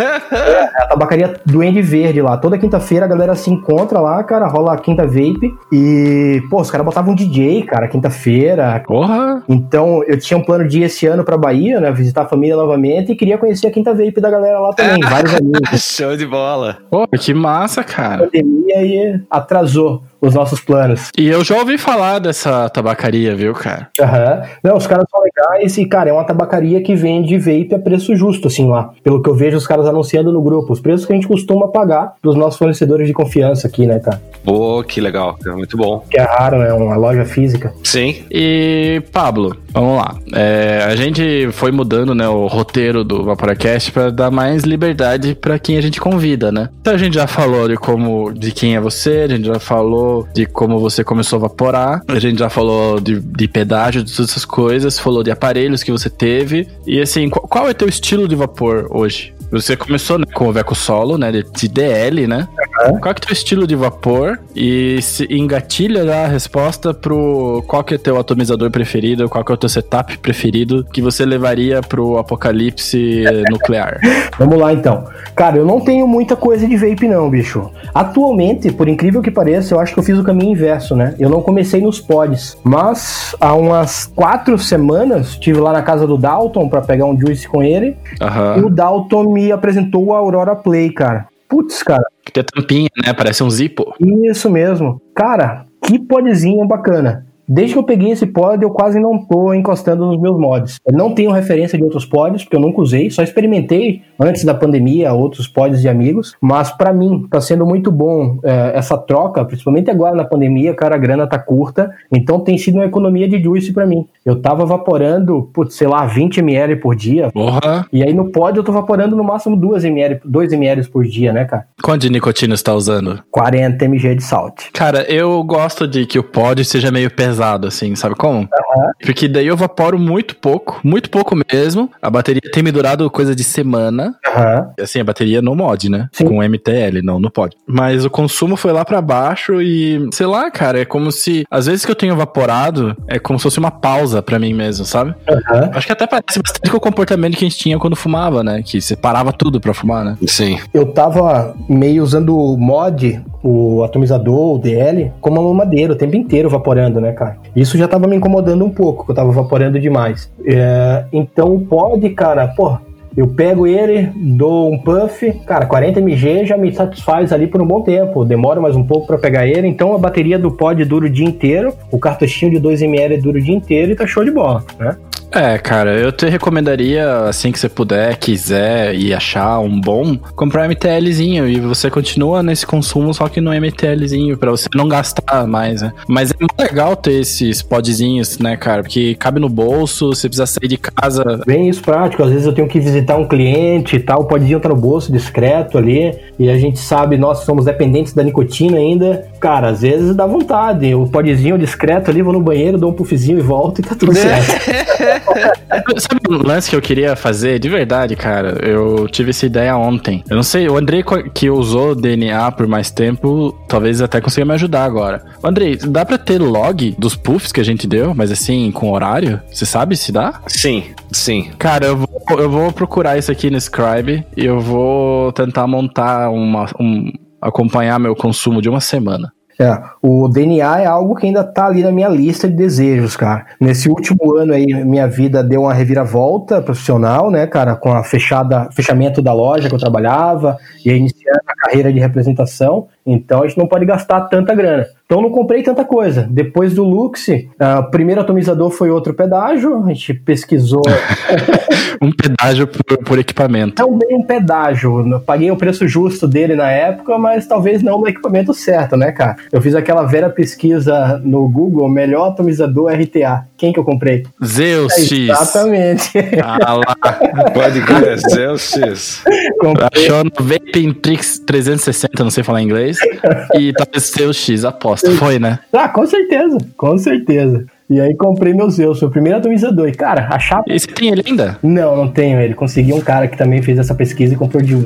É a tabacaria Duende Verde lá. Toda quinta-feira a galera se encontra lá, cara, rola a quinta vape e, pô, os caras botavam um DJ, cara, quinta-feira. Porra! Então, eu tinha um plano de ir esse ano pra Bahia, né, visitar a família novamente e queria conhecer a quinta vape da galera lá também, vários amigos. Show de bola. Pô, que massa, A cara. pandemia aí atrasou os nossos planos. E eu já ouvi falar dessa tabacaria, viu, cara? Aham. Não, os caras são legais e, cara, é uma tabacaria que vende vape a preço justo, assim, lá. Pelo que eu vejo os caras anunciando no grupo. Os preços que a gente costuma pagar pros nossos fornecedores de confiança aqui, né, cara? Pô, que legal, cara, muito bom. Que é raro, né? Uma loja física. Sim. E, Pablo, vamos lá. A gente foi mudando, né, o roteiro do Vaporacast pra dar mais liberdade pra quem a gente convida, né? Então a gente já falou de quem é você, a gente já falou de como você começou a vaporar, a gente já falou de pedágio, de todas essas coisas, falou de aparelhos que você teve. E assim, qual é teu estilo de vapor hoje? Você começou, né, com o Veco Solo, né, de DL, né? Qual que é o teu estilo de vapor? E se engatilha já a resposta pro qual que é teu atomizador preferido, qual que é o teu setup preferido que você levaria pro apocalipse nuclear? Vamos lá, então. Cara, eu não tenho muita coisa de vape não, bicho. Atualmente, por incrível que pareça, eu acho que eu fiz o caminho inverso, né? Eu não comecei nos pods, mas há umas 4 semanas estive lá na casa do Dalton pra pegar um juice com ele. E o Dalton me apresentou o Aurora Play, cara. Putz, cara. Que tem tampinha, né? Parece um Zippo. Isso mesmo. Cara, que podzinho bacana. Desde que eu peguei esse pod, eu quase não tô encostando nos meus mods. Eu não tenho referência de outros pods, porque eu nunca usei, só experimentei antes da pandemia outros pods de amigos, mas pra mim tá sendo muito bom essa troca, principalmente agora na pandemia, cara, a grana tá curta, então tem sido uma economia de juice pra mim. Eu tava vaporando, sei lá, 20 ml por dia, e aí no pod eu tô vaporando no máximo 2 ml por dia, né, cara? Quanto de nicotina você tá usando? 40 mg de salt. Cara, eu gosto de que o pod seja meio pesado, assim, sabe como? Porque daí eu vaporo muito pouco mesmo. A bateria tem me durado coisa de semana. Assim, a bateria no mod, né? Sim. Com MTL, não no pod. Mas o consumo foi lá pra baixo e, sei lá, cara, é como se, às vezes que eu tenho vaporado, é como se fosse uma pausa pra mim mesmo, sabe? Acho que até parece bastante com o comportamento que a gente tinha quando fumava, né? Que você parava tudo pra fumar, né? Sim. Eu tava meio usando o mod, o atomizador, o DL, como uma mamadeira o tempo inteiro vaporando, né, cara? Isso já tava me incomodando um pouco, que eu tava vaporando demais. Então o pod, cara, pô, eu pego ele, dou um puff, cara, 40 mg já me satisfaz ali por um bom tempo. Demora mais um pouco pra pegar ele, então a bateria do pod dura o dia inteiro, o cartuchinho de 2 ml dura o dia inteiro e tá show de bola, né? Cara, eu te recomendaria, assim que você puder, quiser e achar um bom, comprar um MTLzinho e você continua nesse consumo, só que no MTLzinho, pra você não gastar mais, né? Mas é muito legal ter esses podzinhos, né, cara? Porque cabe no bolso, você precisa sair de casa. Bem isso prático, às vezes eu tenho que visitar um cliente e tal, o podzinho tá no bolso, discreto ali, e a gente sabe, nós somos dependentes da nicotina ainda. Cara, às vezes dá vontade, o podzinho discreto ali, vou no banheiro, dou um puffzinho e volto e tá tudo certo. Sabe um lance que eu queria fazer? De verdade, cara, eu tive essa ideia ontem. Eu não sei, o Andrei que usou DNA por mais tempo, talvez até consiga me ajudar agora. O Andrei, dá pra ter log dos puffs que a gente deu, mas assim, com horário? Você sabe se dá? Sim. Cara, eu vou procurar isso aqui no Scribe e eu vou tentar montar acompanhar meu consumo de uma semana. O DNA é algo que ainda tá ali na minha lista de desejos, cara. Nesse último ano aí, minha vida deu uma reviravolta profissional, né, cara, com a fechamento da loja que eu trabalhava e iniciando a carreira de representação. Então a gente não pode gastar tanta grana. Então não comprei tanta coisa. Depois do Luxe, o primeiro atomizador foi outro pedágio. A gente pesquisou. Um pedágio por equipamento. Não bem um pedágio. Eu paguei o preço justo dele na época, mas talvez não no equipamento certo, né, cara? Eu fiz aquela vera pesquisa no Google, melhor atomizador RTA. Quem que eu comprei? Zeus X. Exatamente. Ah lá. Pode crer, Zeus X. Achou no Vaping Trix 360, não sei falar inglês. E talvez Zeus X, aposta. Foi, né? Com certeza, com certeza. E aí comprei meu Zeus, meu primeiro atomizador. E, cara, a chapa... E você tem ele ainda? Não tenho ele. Consegui um cara que também fez essa pesquisa e comprou de um.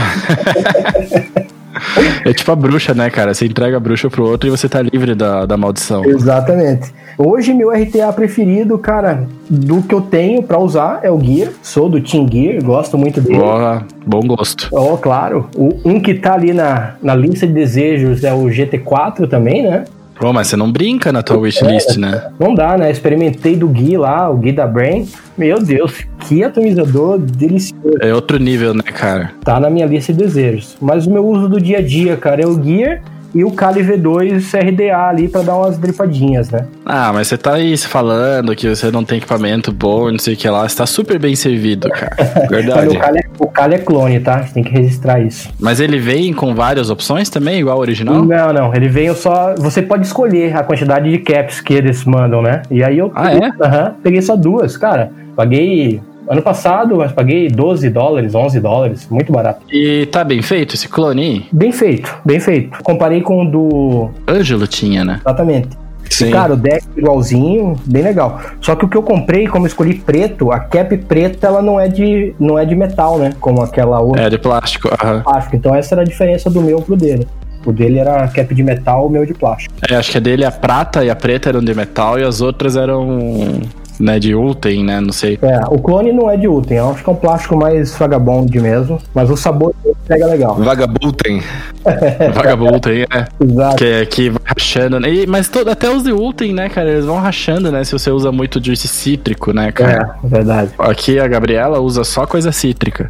É tipo a bruxa, né, cara? Você entrega a bruxa pro outro e você tá livre da maldição. Exatamente. Hoje, meu RTA preferido, cara, do que eu tenho pra usar é o Gear. Sou do Team Gear, gosto muito dele. Bom gosto. Claro. Um que tá ali na lista de desejos é o GT4 também, né? Pô, mas você não brinca na tua wishlist, né? Não dá, né? Experimentei do Gui lá, o Gui da Brain. Meu Deus, que atomizador delicioso. É outro nível, né, cara? Tá na minha lista de desejos. Mas o meu uso do dia a dia, cara, é o Gear e o Kali V2 RDA ali pra dar umas dripadinhas, né? Ah, mas você tá aí falando que você não tem equipamento bom, não sei o que lá. Você tá super bem servido, cara. Verdade. O Kali é clone, tá? Você tem que registrar isso. Mas ele vem com várias opções também, igual ao original? Não. Ele veio só... Você pode escolher a quantidade de caps que eles mandam, né? E aí eu... peguei só 2, cara. Paguei... Ano passado, mas paguei $12, $11, muito barato. E tá bem feito esse clone aí? Bem feito. Comparei com o do... Ângelo tinha, né? Exatamente. Sim. E, cara, o deck igualzinho, bem legal. Só que o que eu comprei, como eu escolhi preto, a cap preta, ela não é de metal, né? Como aquela outra. É de plástico, Plástico. Então essa era a diferença do meu pro dele. O dele era cap de metal, o meu de plástico. Acho que a dele, a prata e a preta eram de metal e as outras eram... né, de Ultem, né, não sei. O clone não é de Ultem, eu acho que é um plástico mais vagabundo mesmo, mas o sabor pega legal. Vagabultem. Vagabultem, Exato. Que vai rachando, né? Mas até os de Ultem, né, cara, eles vão rachando, né, se você usa muito juice cítrico, né, cara. Verdade. Aqui a Gabriela usa só coisa cítrica.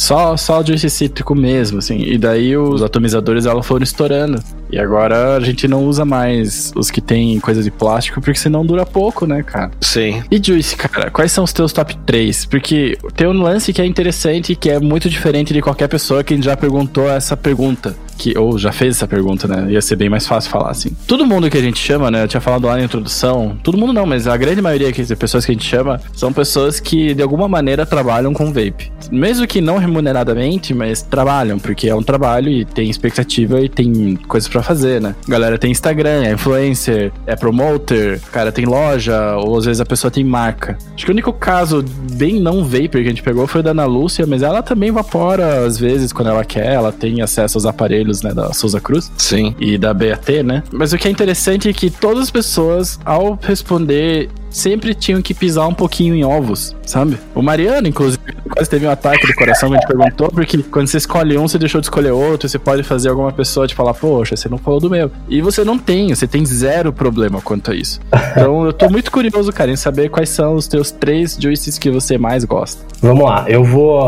Só juice cítrico mesmo, assim. E daí os atomizadores, ela foram estourando. E agora a gente não usa mais os que tem coisa de plástico, porque senão dura pouco, né, cara? Sim. E Juice, cara, quais são os teus top 3? Porque tem um lance que é interessante, que é muito diferente de qualquer pessoa que já perguntou essa pergunta. Ou já fez essa pergunta, né? Ia ser bem mais fácil falar assim. Todo mundo que a gente chama, né? Eu tinha falado lá na introdução. Todo mundo não, mas a grande maioria das pessoas que a gente chama são pessoas que de alguma maneira trabalham com vape. Mesmo que não remuneradamente, mas trabalham, porque é um trabalho e tem expectativa e tem coisas pra fazer, né? A galera tem Instagram, é influencer, é promoter, cara, tem loja, ou às vezes a pessoa tem marca. Acho que o único caso bem não vapor que a gente pegou foi o da Ana Lúcia, mas ela também evapora às vezes quando ela quer, ela tem acesso aos aparelhos, né, da Souza Cruz. Sim. E da BAT, né? Mas o que é interessante é que todas as pessoas, ao responder, sempre tinham que pisar um pouquinho em ovos, sabe? O Mariano, inclusive, quase teve um ataque do coração que a gente perguntou, porque quando você escolhe um, você deixou de escolher outro, você pode fazer alguma pessoa te falar, poxa, você não falou do meu. E você não tem, você tem zero problema quanto a isso. Então, eu tô muito curioso, cara, em saber quais são os teus 3 juices que você mais gosta. Vamos lá, eu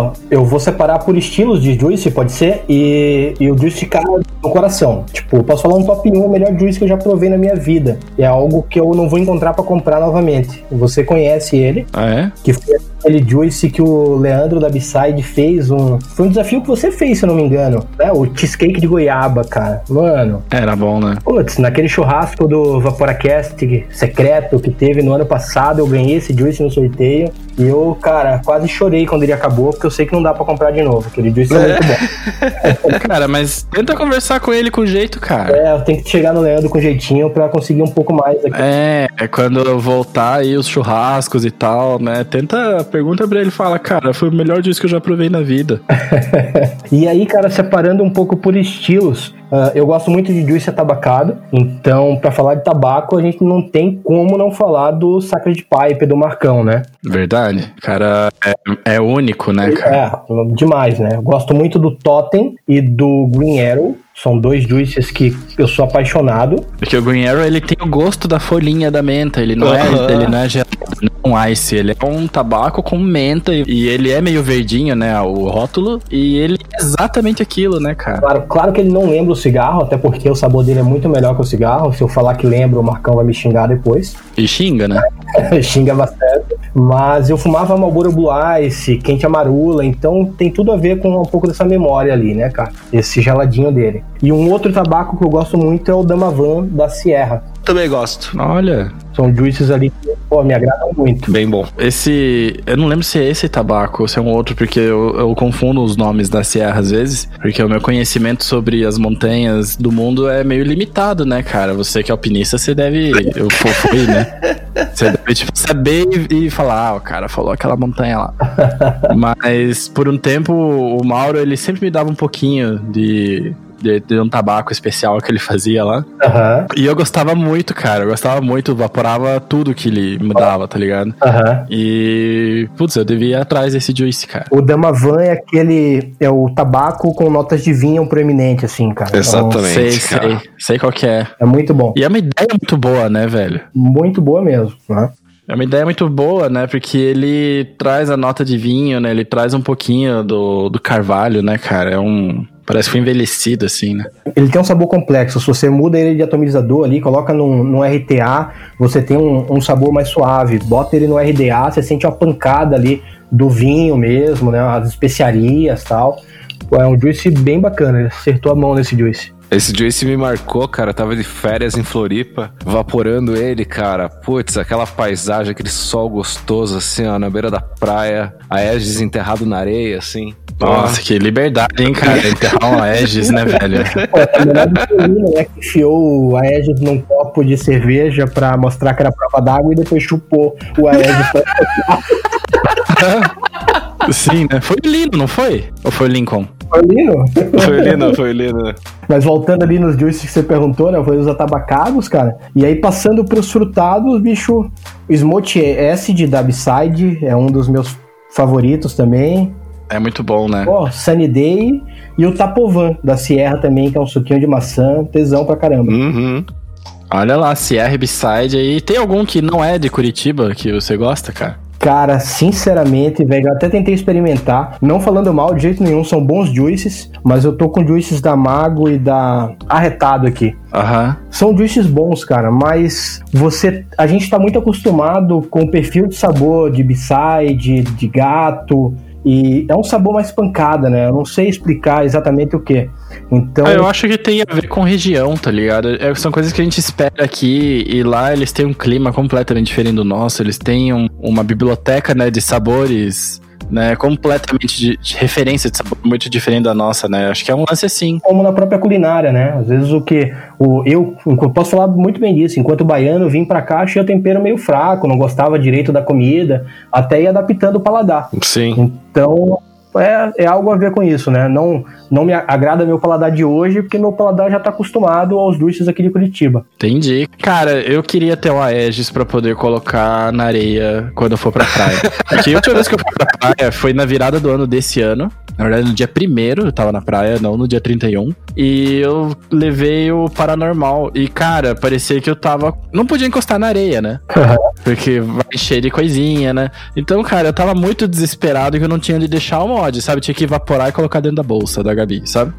vou separar por estilos de juice, pode ser, e o juice ficar no coração. Tipo, posso falar um top 1, o melhor juice que eu já provei na minha vida. É algo que eu não vou encontrar pra comprar novamente. Você conhece ele. Ah, é? Que foi aquele juice que o Leandro da B-Side fez. Foi um desafio que você fez, se eu não me engano. Né? O cheesecake de goiaba, cara. Mano. Era bom, né? Putz, naquele churrasco do Vaporacast secreto que teve no ano passado, eu ganhei esse juice no sorteio. E eu, cara, quase chorei quando ele acabou, porque eu sei que não dá pra comprar de novo. Aquele juice é muito bom. Cara, mas tenta conversar com ele com jeito, cara. Eu tenho que chegar no Leandro com jeitinho pra conseguir um pouco mais aqui. É quando eu voltar aí os churrascos e tal, né? Pergunta pra ele, fala, cara, foi o melhor juice que eu já provei na vida. E aí, cara, separando um pouco por estilos, eu gosto muito de juice atabacado, então pra falar de tabaco a gente não tem como não falar do Sacred Pipe do Marcão, né? Verdade, cara, é único, né, cara? Demais, né? Eu gosto muito do Totem e do Green Arrow. São 2 juices que eu sou apaixonado. Porque o Green Arrow, ele tem o gosto da folhinha da menta. Ele não é gelado, não é um ice. Ele é um tabaco com menta. E ele é meio verdinho, né? O rótulo. E ele é exatamente aquilo, né, cara? Claro que ele não lembra o cigarro, até porque o sabor dele é muito melhor que o cigarro. Se eu falar que lembra, o Marcão vai me xingar depois. E xinga, né? Xinga bastante. Mas eu fumava Marlboro Blue Ice, Quente Amarula, então tem tudo a ver com um pouco dessa memória ali, né, cara? Esse geladinho dele. E um outro tabaco que eu gosto muito é o Damavan da Sierra. Também gosto. Olha. São juices ali que, me agradam muito. Bem bom. Eu não lembro se é esse tabaco ou se é um outro, porque eu confundo os nomes da Sierra às vezes, porque o meu conhecimento sobre as montanhas do mundo é meio limitado, né, cara? Você que é alpinista, você deve... Eu fui, né? Você deve, saber e falar, o cara falou aquela montanha lá. Mas, por um tempo, o Mauro, ele sempre me dava um pouquinho de um tabaco especial que ele fazia lá. Uhum. E eu gostava muito, cara. Eu gostava muito, vaporava tudo que ele me dava, tá ligado? Uhum. E, putz, eu devia ir atrás desse juice, cara. O Damavan é o tabaco com notas de vinho proeminente, assim, cara. Exatamente, então, sei qual que é. É muito bom. E é uma ideia muito boa, né, velho? Muito boa mesmo, né? É uma ideia muito boa, né? Porque ele traz a nota de vinho, né? Ele traz um pouquinho do carvalho, né, cara? Parece que foi envelhecido, assim, né? Ele tem um sabor complexo. Se você muda ele de atomizador ali, coloca no RTA, você tem um sabor mais suave. Bota ele no RDA, você sente uma pancada ali do vinho mesmo, né? As especiarias e tal. É um juice bem bacana. Ele acertou a mão nesse juice. Esse juice me marcou, cara. Eu tava de férias em Floripa, vaporando ele, cara. Putz, aquela paisagem, aquele sol gostoso, assim, ó, na beira da praia. A Aegis enterrado na areia, assim. Nossa, que liberdade, hein, cara? Enterrar um Aegis, né, velho? É melhor do que o Lino, né? Que enfiou o Aegis num copo de cerveja pra mostrar que era prova d'água e depois chupou o Aegis pra... Sim, né? Foi o Lino, não foi? Ou foi o Lincoln? Foi o Lino? Foi o Lino. Mas voltando ali nos juices que você perguntou, né? Foi os atabacados, cara. E aí passando pros frutados, bicho, o Smooth Acid da B-Side é um dos meus favoritos também. É muito bom, né? Sunny Day e o Tapovan da Sierra também, que é um suquinho de maçã, tesão pra caramba. Uhum. Olha lá, Sierra B-Side aí. Tem algum que não é de Curitiba que você gosta, cara? Cara, sinceramente, velho, eu até tentei experimentar, não falando mal de jeito nenhum, são bons juices, mas eu tô com juices da Mago e da Arretado aqui. Aham. São juices bons, cara, mas a gente tá muito acostumado com o perfil de sabor de B-Side, de gato, e é um sabor mais pancada, né? Eu não sei explicar exatamente o que. Então... eu acho que tem a ver com região, tá ligado? São coisas que a gente espera aqui e lá eles têm um clima completamente diferente do nosso. Eles têm uma biblioteca, né, de sabores, né, completamente de referência de sabor muito diferente da nossa, né? Acho que é um lance assim. Como na própria culinária, né? Às vezes eu posso falar muito bem disso. Enquanto baiano, eu vim pra cá, achei o tempero meio fraco, não gostava direito da comida, até ir adaptando o paladar. Sim. Então... É algo a ver com isso, né? Não me agrada meu paladar de hoje, porque meu paladar já tá acostumado aos juices aqui de Curitiba. Entendi. Cara, eu queria ter um Aegis pra poder colocar na areia quando eu for pra praia. Porque a última vez que eu fui pra praia foi na virada do ano desse ano. Na verdade, no dia 1º eu tava na praia, não no dia 31. E eu levei o Paranormal. E, cara, parecia que eu tava... Não podia encostar na areia, né? Porque vai encher de coisinha, né? Então, cara, eu tava muito desesperado que eu não tinha onde deixar o mod, sabe? Tinha que evaporar e colocar dentro da bolsa da Gabi, sabe?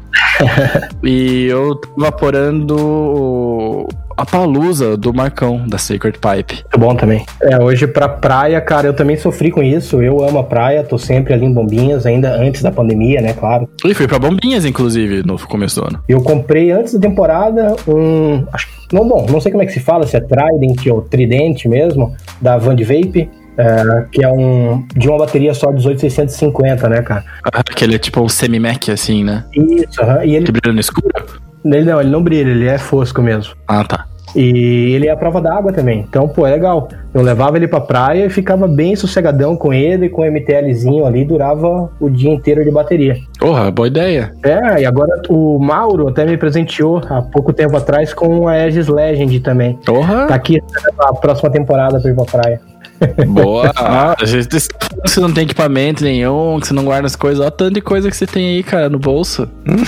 E eu tô evaporando a Palusa do Marcão, da Sacred Pipe. Muito bom também. Hoje pra praia, cara, eu também sofri com isso. Eu amo a praia, tô sempre ali em Bombinhas, ainda antes da pandemia, né, claro. E fui pra Bombinhas, inclusive, no começo do ano. Eu comprei antes da temporada não sei como é que se fala, se é Trident ou Tridente mesmo, da Van de Vape. Que é de uma bateria só 18650, né, cara? Que ele é tipo um semi-Mac, assim, né? Isso, e ele... Que brilha no escuro? Ele não brilha, ele é fosco mesmo. Ah, tá. E ele é a prova d'água também, então, é legal. Eu levava ele pra praia e ficava bem sossegadão com ele, com o MTLzinho ali, durava o dia inteiro de bateria. Porra, boa ideia. E agora o Mauro até me presenteou há pouco tempo atrás com a Aegis Legend também. Porra! Tá aqui a próxima temporada pra ir pra praia. Boa! Você não tem equipamento nenhum, que você não guarda as coisas. Olha o tanto de coisa que você tem aí, cara, no bolso.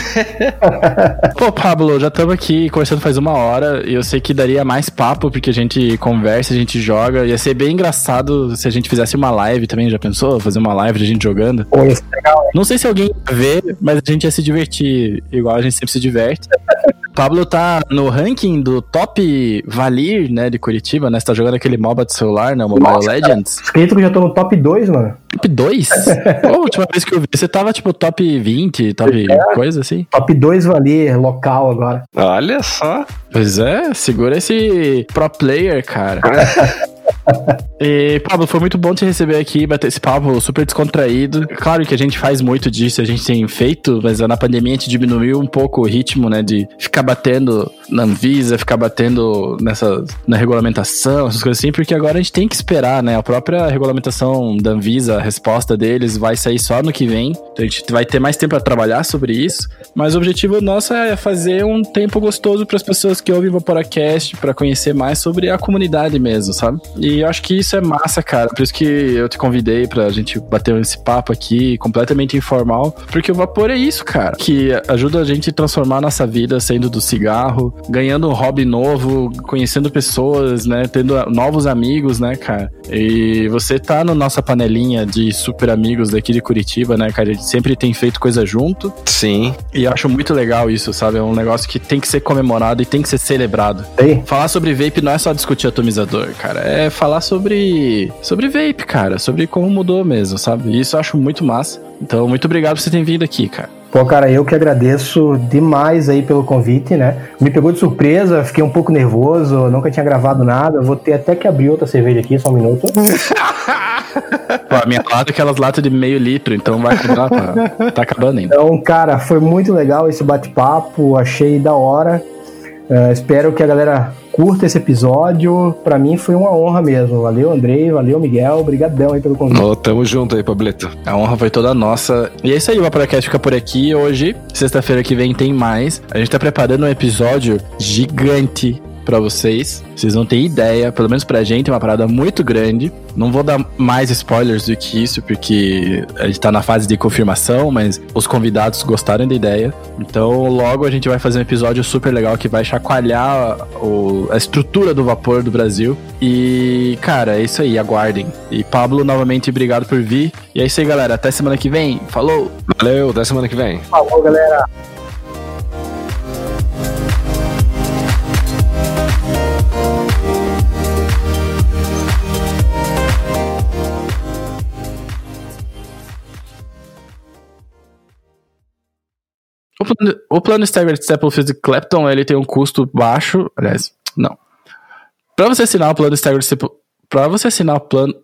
Pô, Pablo, já estamos aqui conversando faz 1 hora e eu sei que daria mais papo, porque a gente conversa, a gente joga. Ia ser bem engraçado se a gente fizesse uma live também, já pensou? Fazer uma live de a gente jogando? Pô, isso é legal, hein? Não sei se alguém ia ver, mas a gente ia se divertir igual a gente sempre se diverte. Pablo tá no ranking do Top Valir, né, de Curitiba, né? Você tá jogando aquele MOBA de celular, né? O Mobile Nossa, Legends. Escrito que eu já tô no top 2, mano. Top 2? Pô, a última vez que eu vi, você tava tipo top 20, top coisa assim? Top 2 valer local agora. Olha só! Pois é, segura esse pro player, cara. E, Pablo, foi muito bom te receber aqui, bater esse papo super descontraído. Claro que a gente faz muito disso, a gente tem feito, mas na pandemia a gente diminuiu um pouco o ritmo, né, de ficar batendo na Anvisa, ficar batendo na regulamentação, essas coisas assim, porque agora a gente tem que esperar, né, a própria regulamentação da Anvisa, a resposta deles vai sair só no que vem, então a gente vai ter mais tempo para trabalhar sobre isso, mas o objetivo nosso é fazer um tempo gostoso para as pessoas que ouvem o Vaporacast, para conhecer mais sobre a comunidade mesmo, sabe? E eu acho que isso é massa, cara. Por isso que eu te convidei pra gente bater esse papo aqui, completamente informal. Porque o Vapor é isso, cara. Que ajuda a gente a transformar a nossa vida saindo do cigarro, ganhando um hobby novo, conhecendo pessoas, né? Tendo novos amigos, né, cara? E você tá na nossa panelinha de super amigos daqui de Curitiba, né, cara? A gente sempre tem feito coisa junto. Sim. E eu acho muito legal isso, sabe? É um negócio que tem que ser comemorado e tem que ser celebrado. Tem. Falar sobre vape não é só discutir atomizador, cara. É falar sobre vape, cara. Sobre como mudou mesmo, sabe? E isso eu acho muito massa. Então, muito obrigado por você ter vindo aqui, cara. Pô, cara, eu que agradeço demais aí pelo convite, né? Me pegou de surpresa, fiquei um pouco nervoso, nunca tinha gravado nada. Vou ter até que abrir outra cerveja aqui, só um minuto. Pô, a minha lata é aquelas latas de meio litro, então vai acabar, tá acabando ainda. Então, cara, foi muito legal esse bate-papo, achei da hora. Espero que a galera curta esse episódio. Pra mim foi uma honra mesmo. Valeu, Andrei, valeu, Miguel. Obrigadão aí pelo convite. Oh, tamo junto aí, Pablito. A honra foi toda nossa. E é isso aí, o Vaporacast fica por aqui. Hoje, sexta-feira que vem, tem mais. A gente tá preparando um episódio gigante pra vocês. Vocês não têm ideia, pelo menos pra gente é uma parada muito grande. Não vou dar mais spoilers do que isso, porque a gente tá na fase de confirmação, mas os convidados gostaram da ideia. Então logo a gente vai fazer um episódio super legal que vai chacoalhar a estrutura do vapor do Brasil. E, cara, é isso aí, aguardem. E Pablo, novamente, obrigado por vir. E é isso aí, galera, até semana que vem. Falou! Valeu, até semana que vem. Falou, galera. O plano Staggered Staplefield Clapton, ele tem um custo baixo. Aliás, não. Pra você assinar o plano Staggered Pra você assinar o plano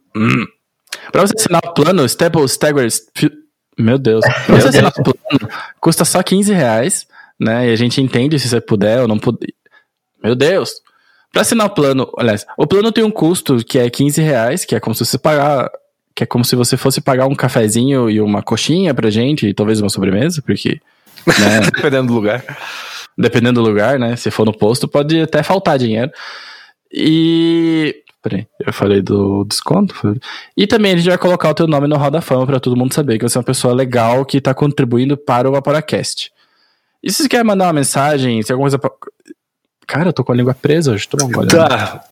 Staggered Meu Deus. Pra você assinar o plano, custa só R$15, né? E a gente entende se você puder ou não puder. Meu Deus. Pra assinar o plano, aliás, o plano tem um custo que é R$15, que é como se você pagar. Que é como se você fosse pagar um cafezinho e uma coxinha pra gente, e talvez uma sobremesa, porque. Né? Dependendo do lugar. Dependendo do lugar, né? Se for no posto, pode até faltar dinheiro. E... Peraí, eu falei do desconto? E também a gente vai colocar o teu nome no Hall da Fama pra todo mundo saber que você é uma pessoa legal que tá contribuindo para o Vaporacast. E se você quer mandar uma mensagem, se alguma coisa... Cara, eu tô com a língua presa hoje, tô bom, Tá,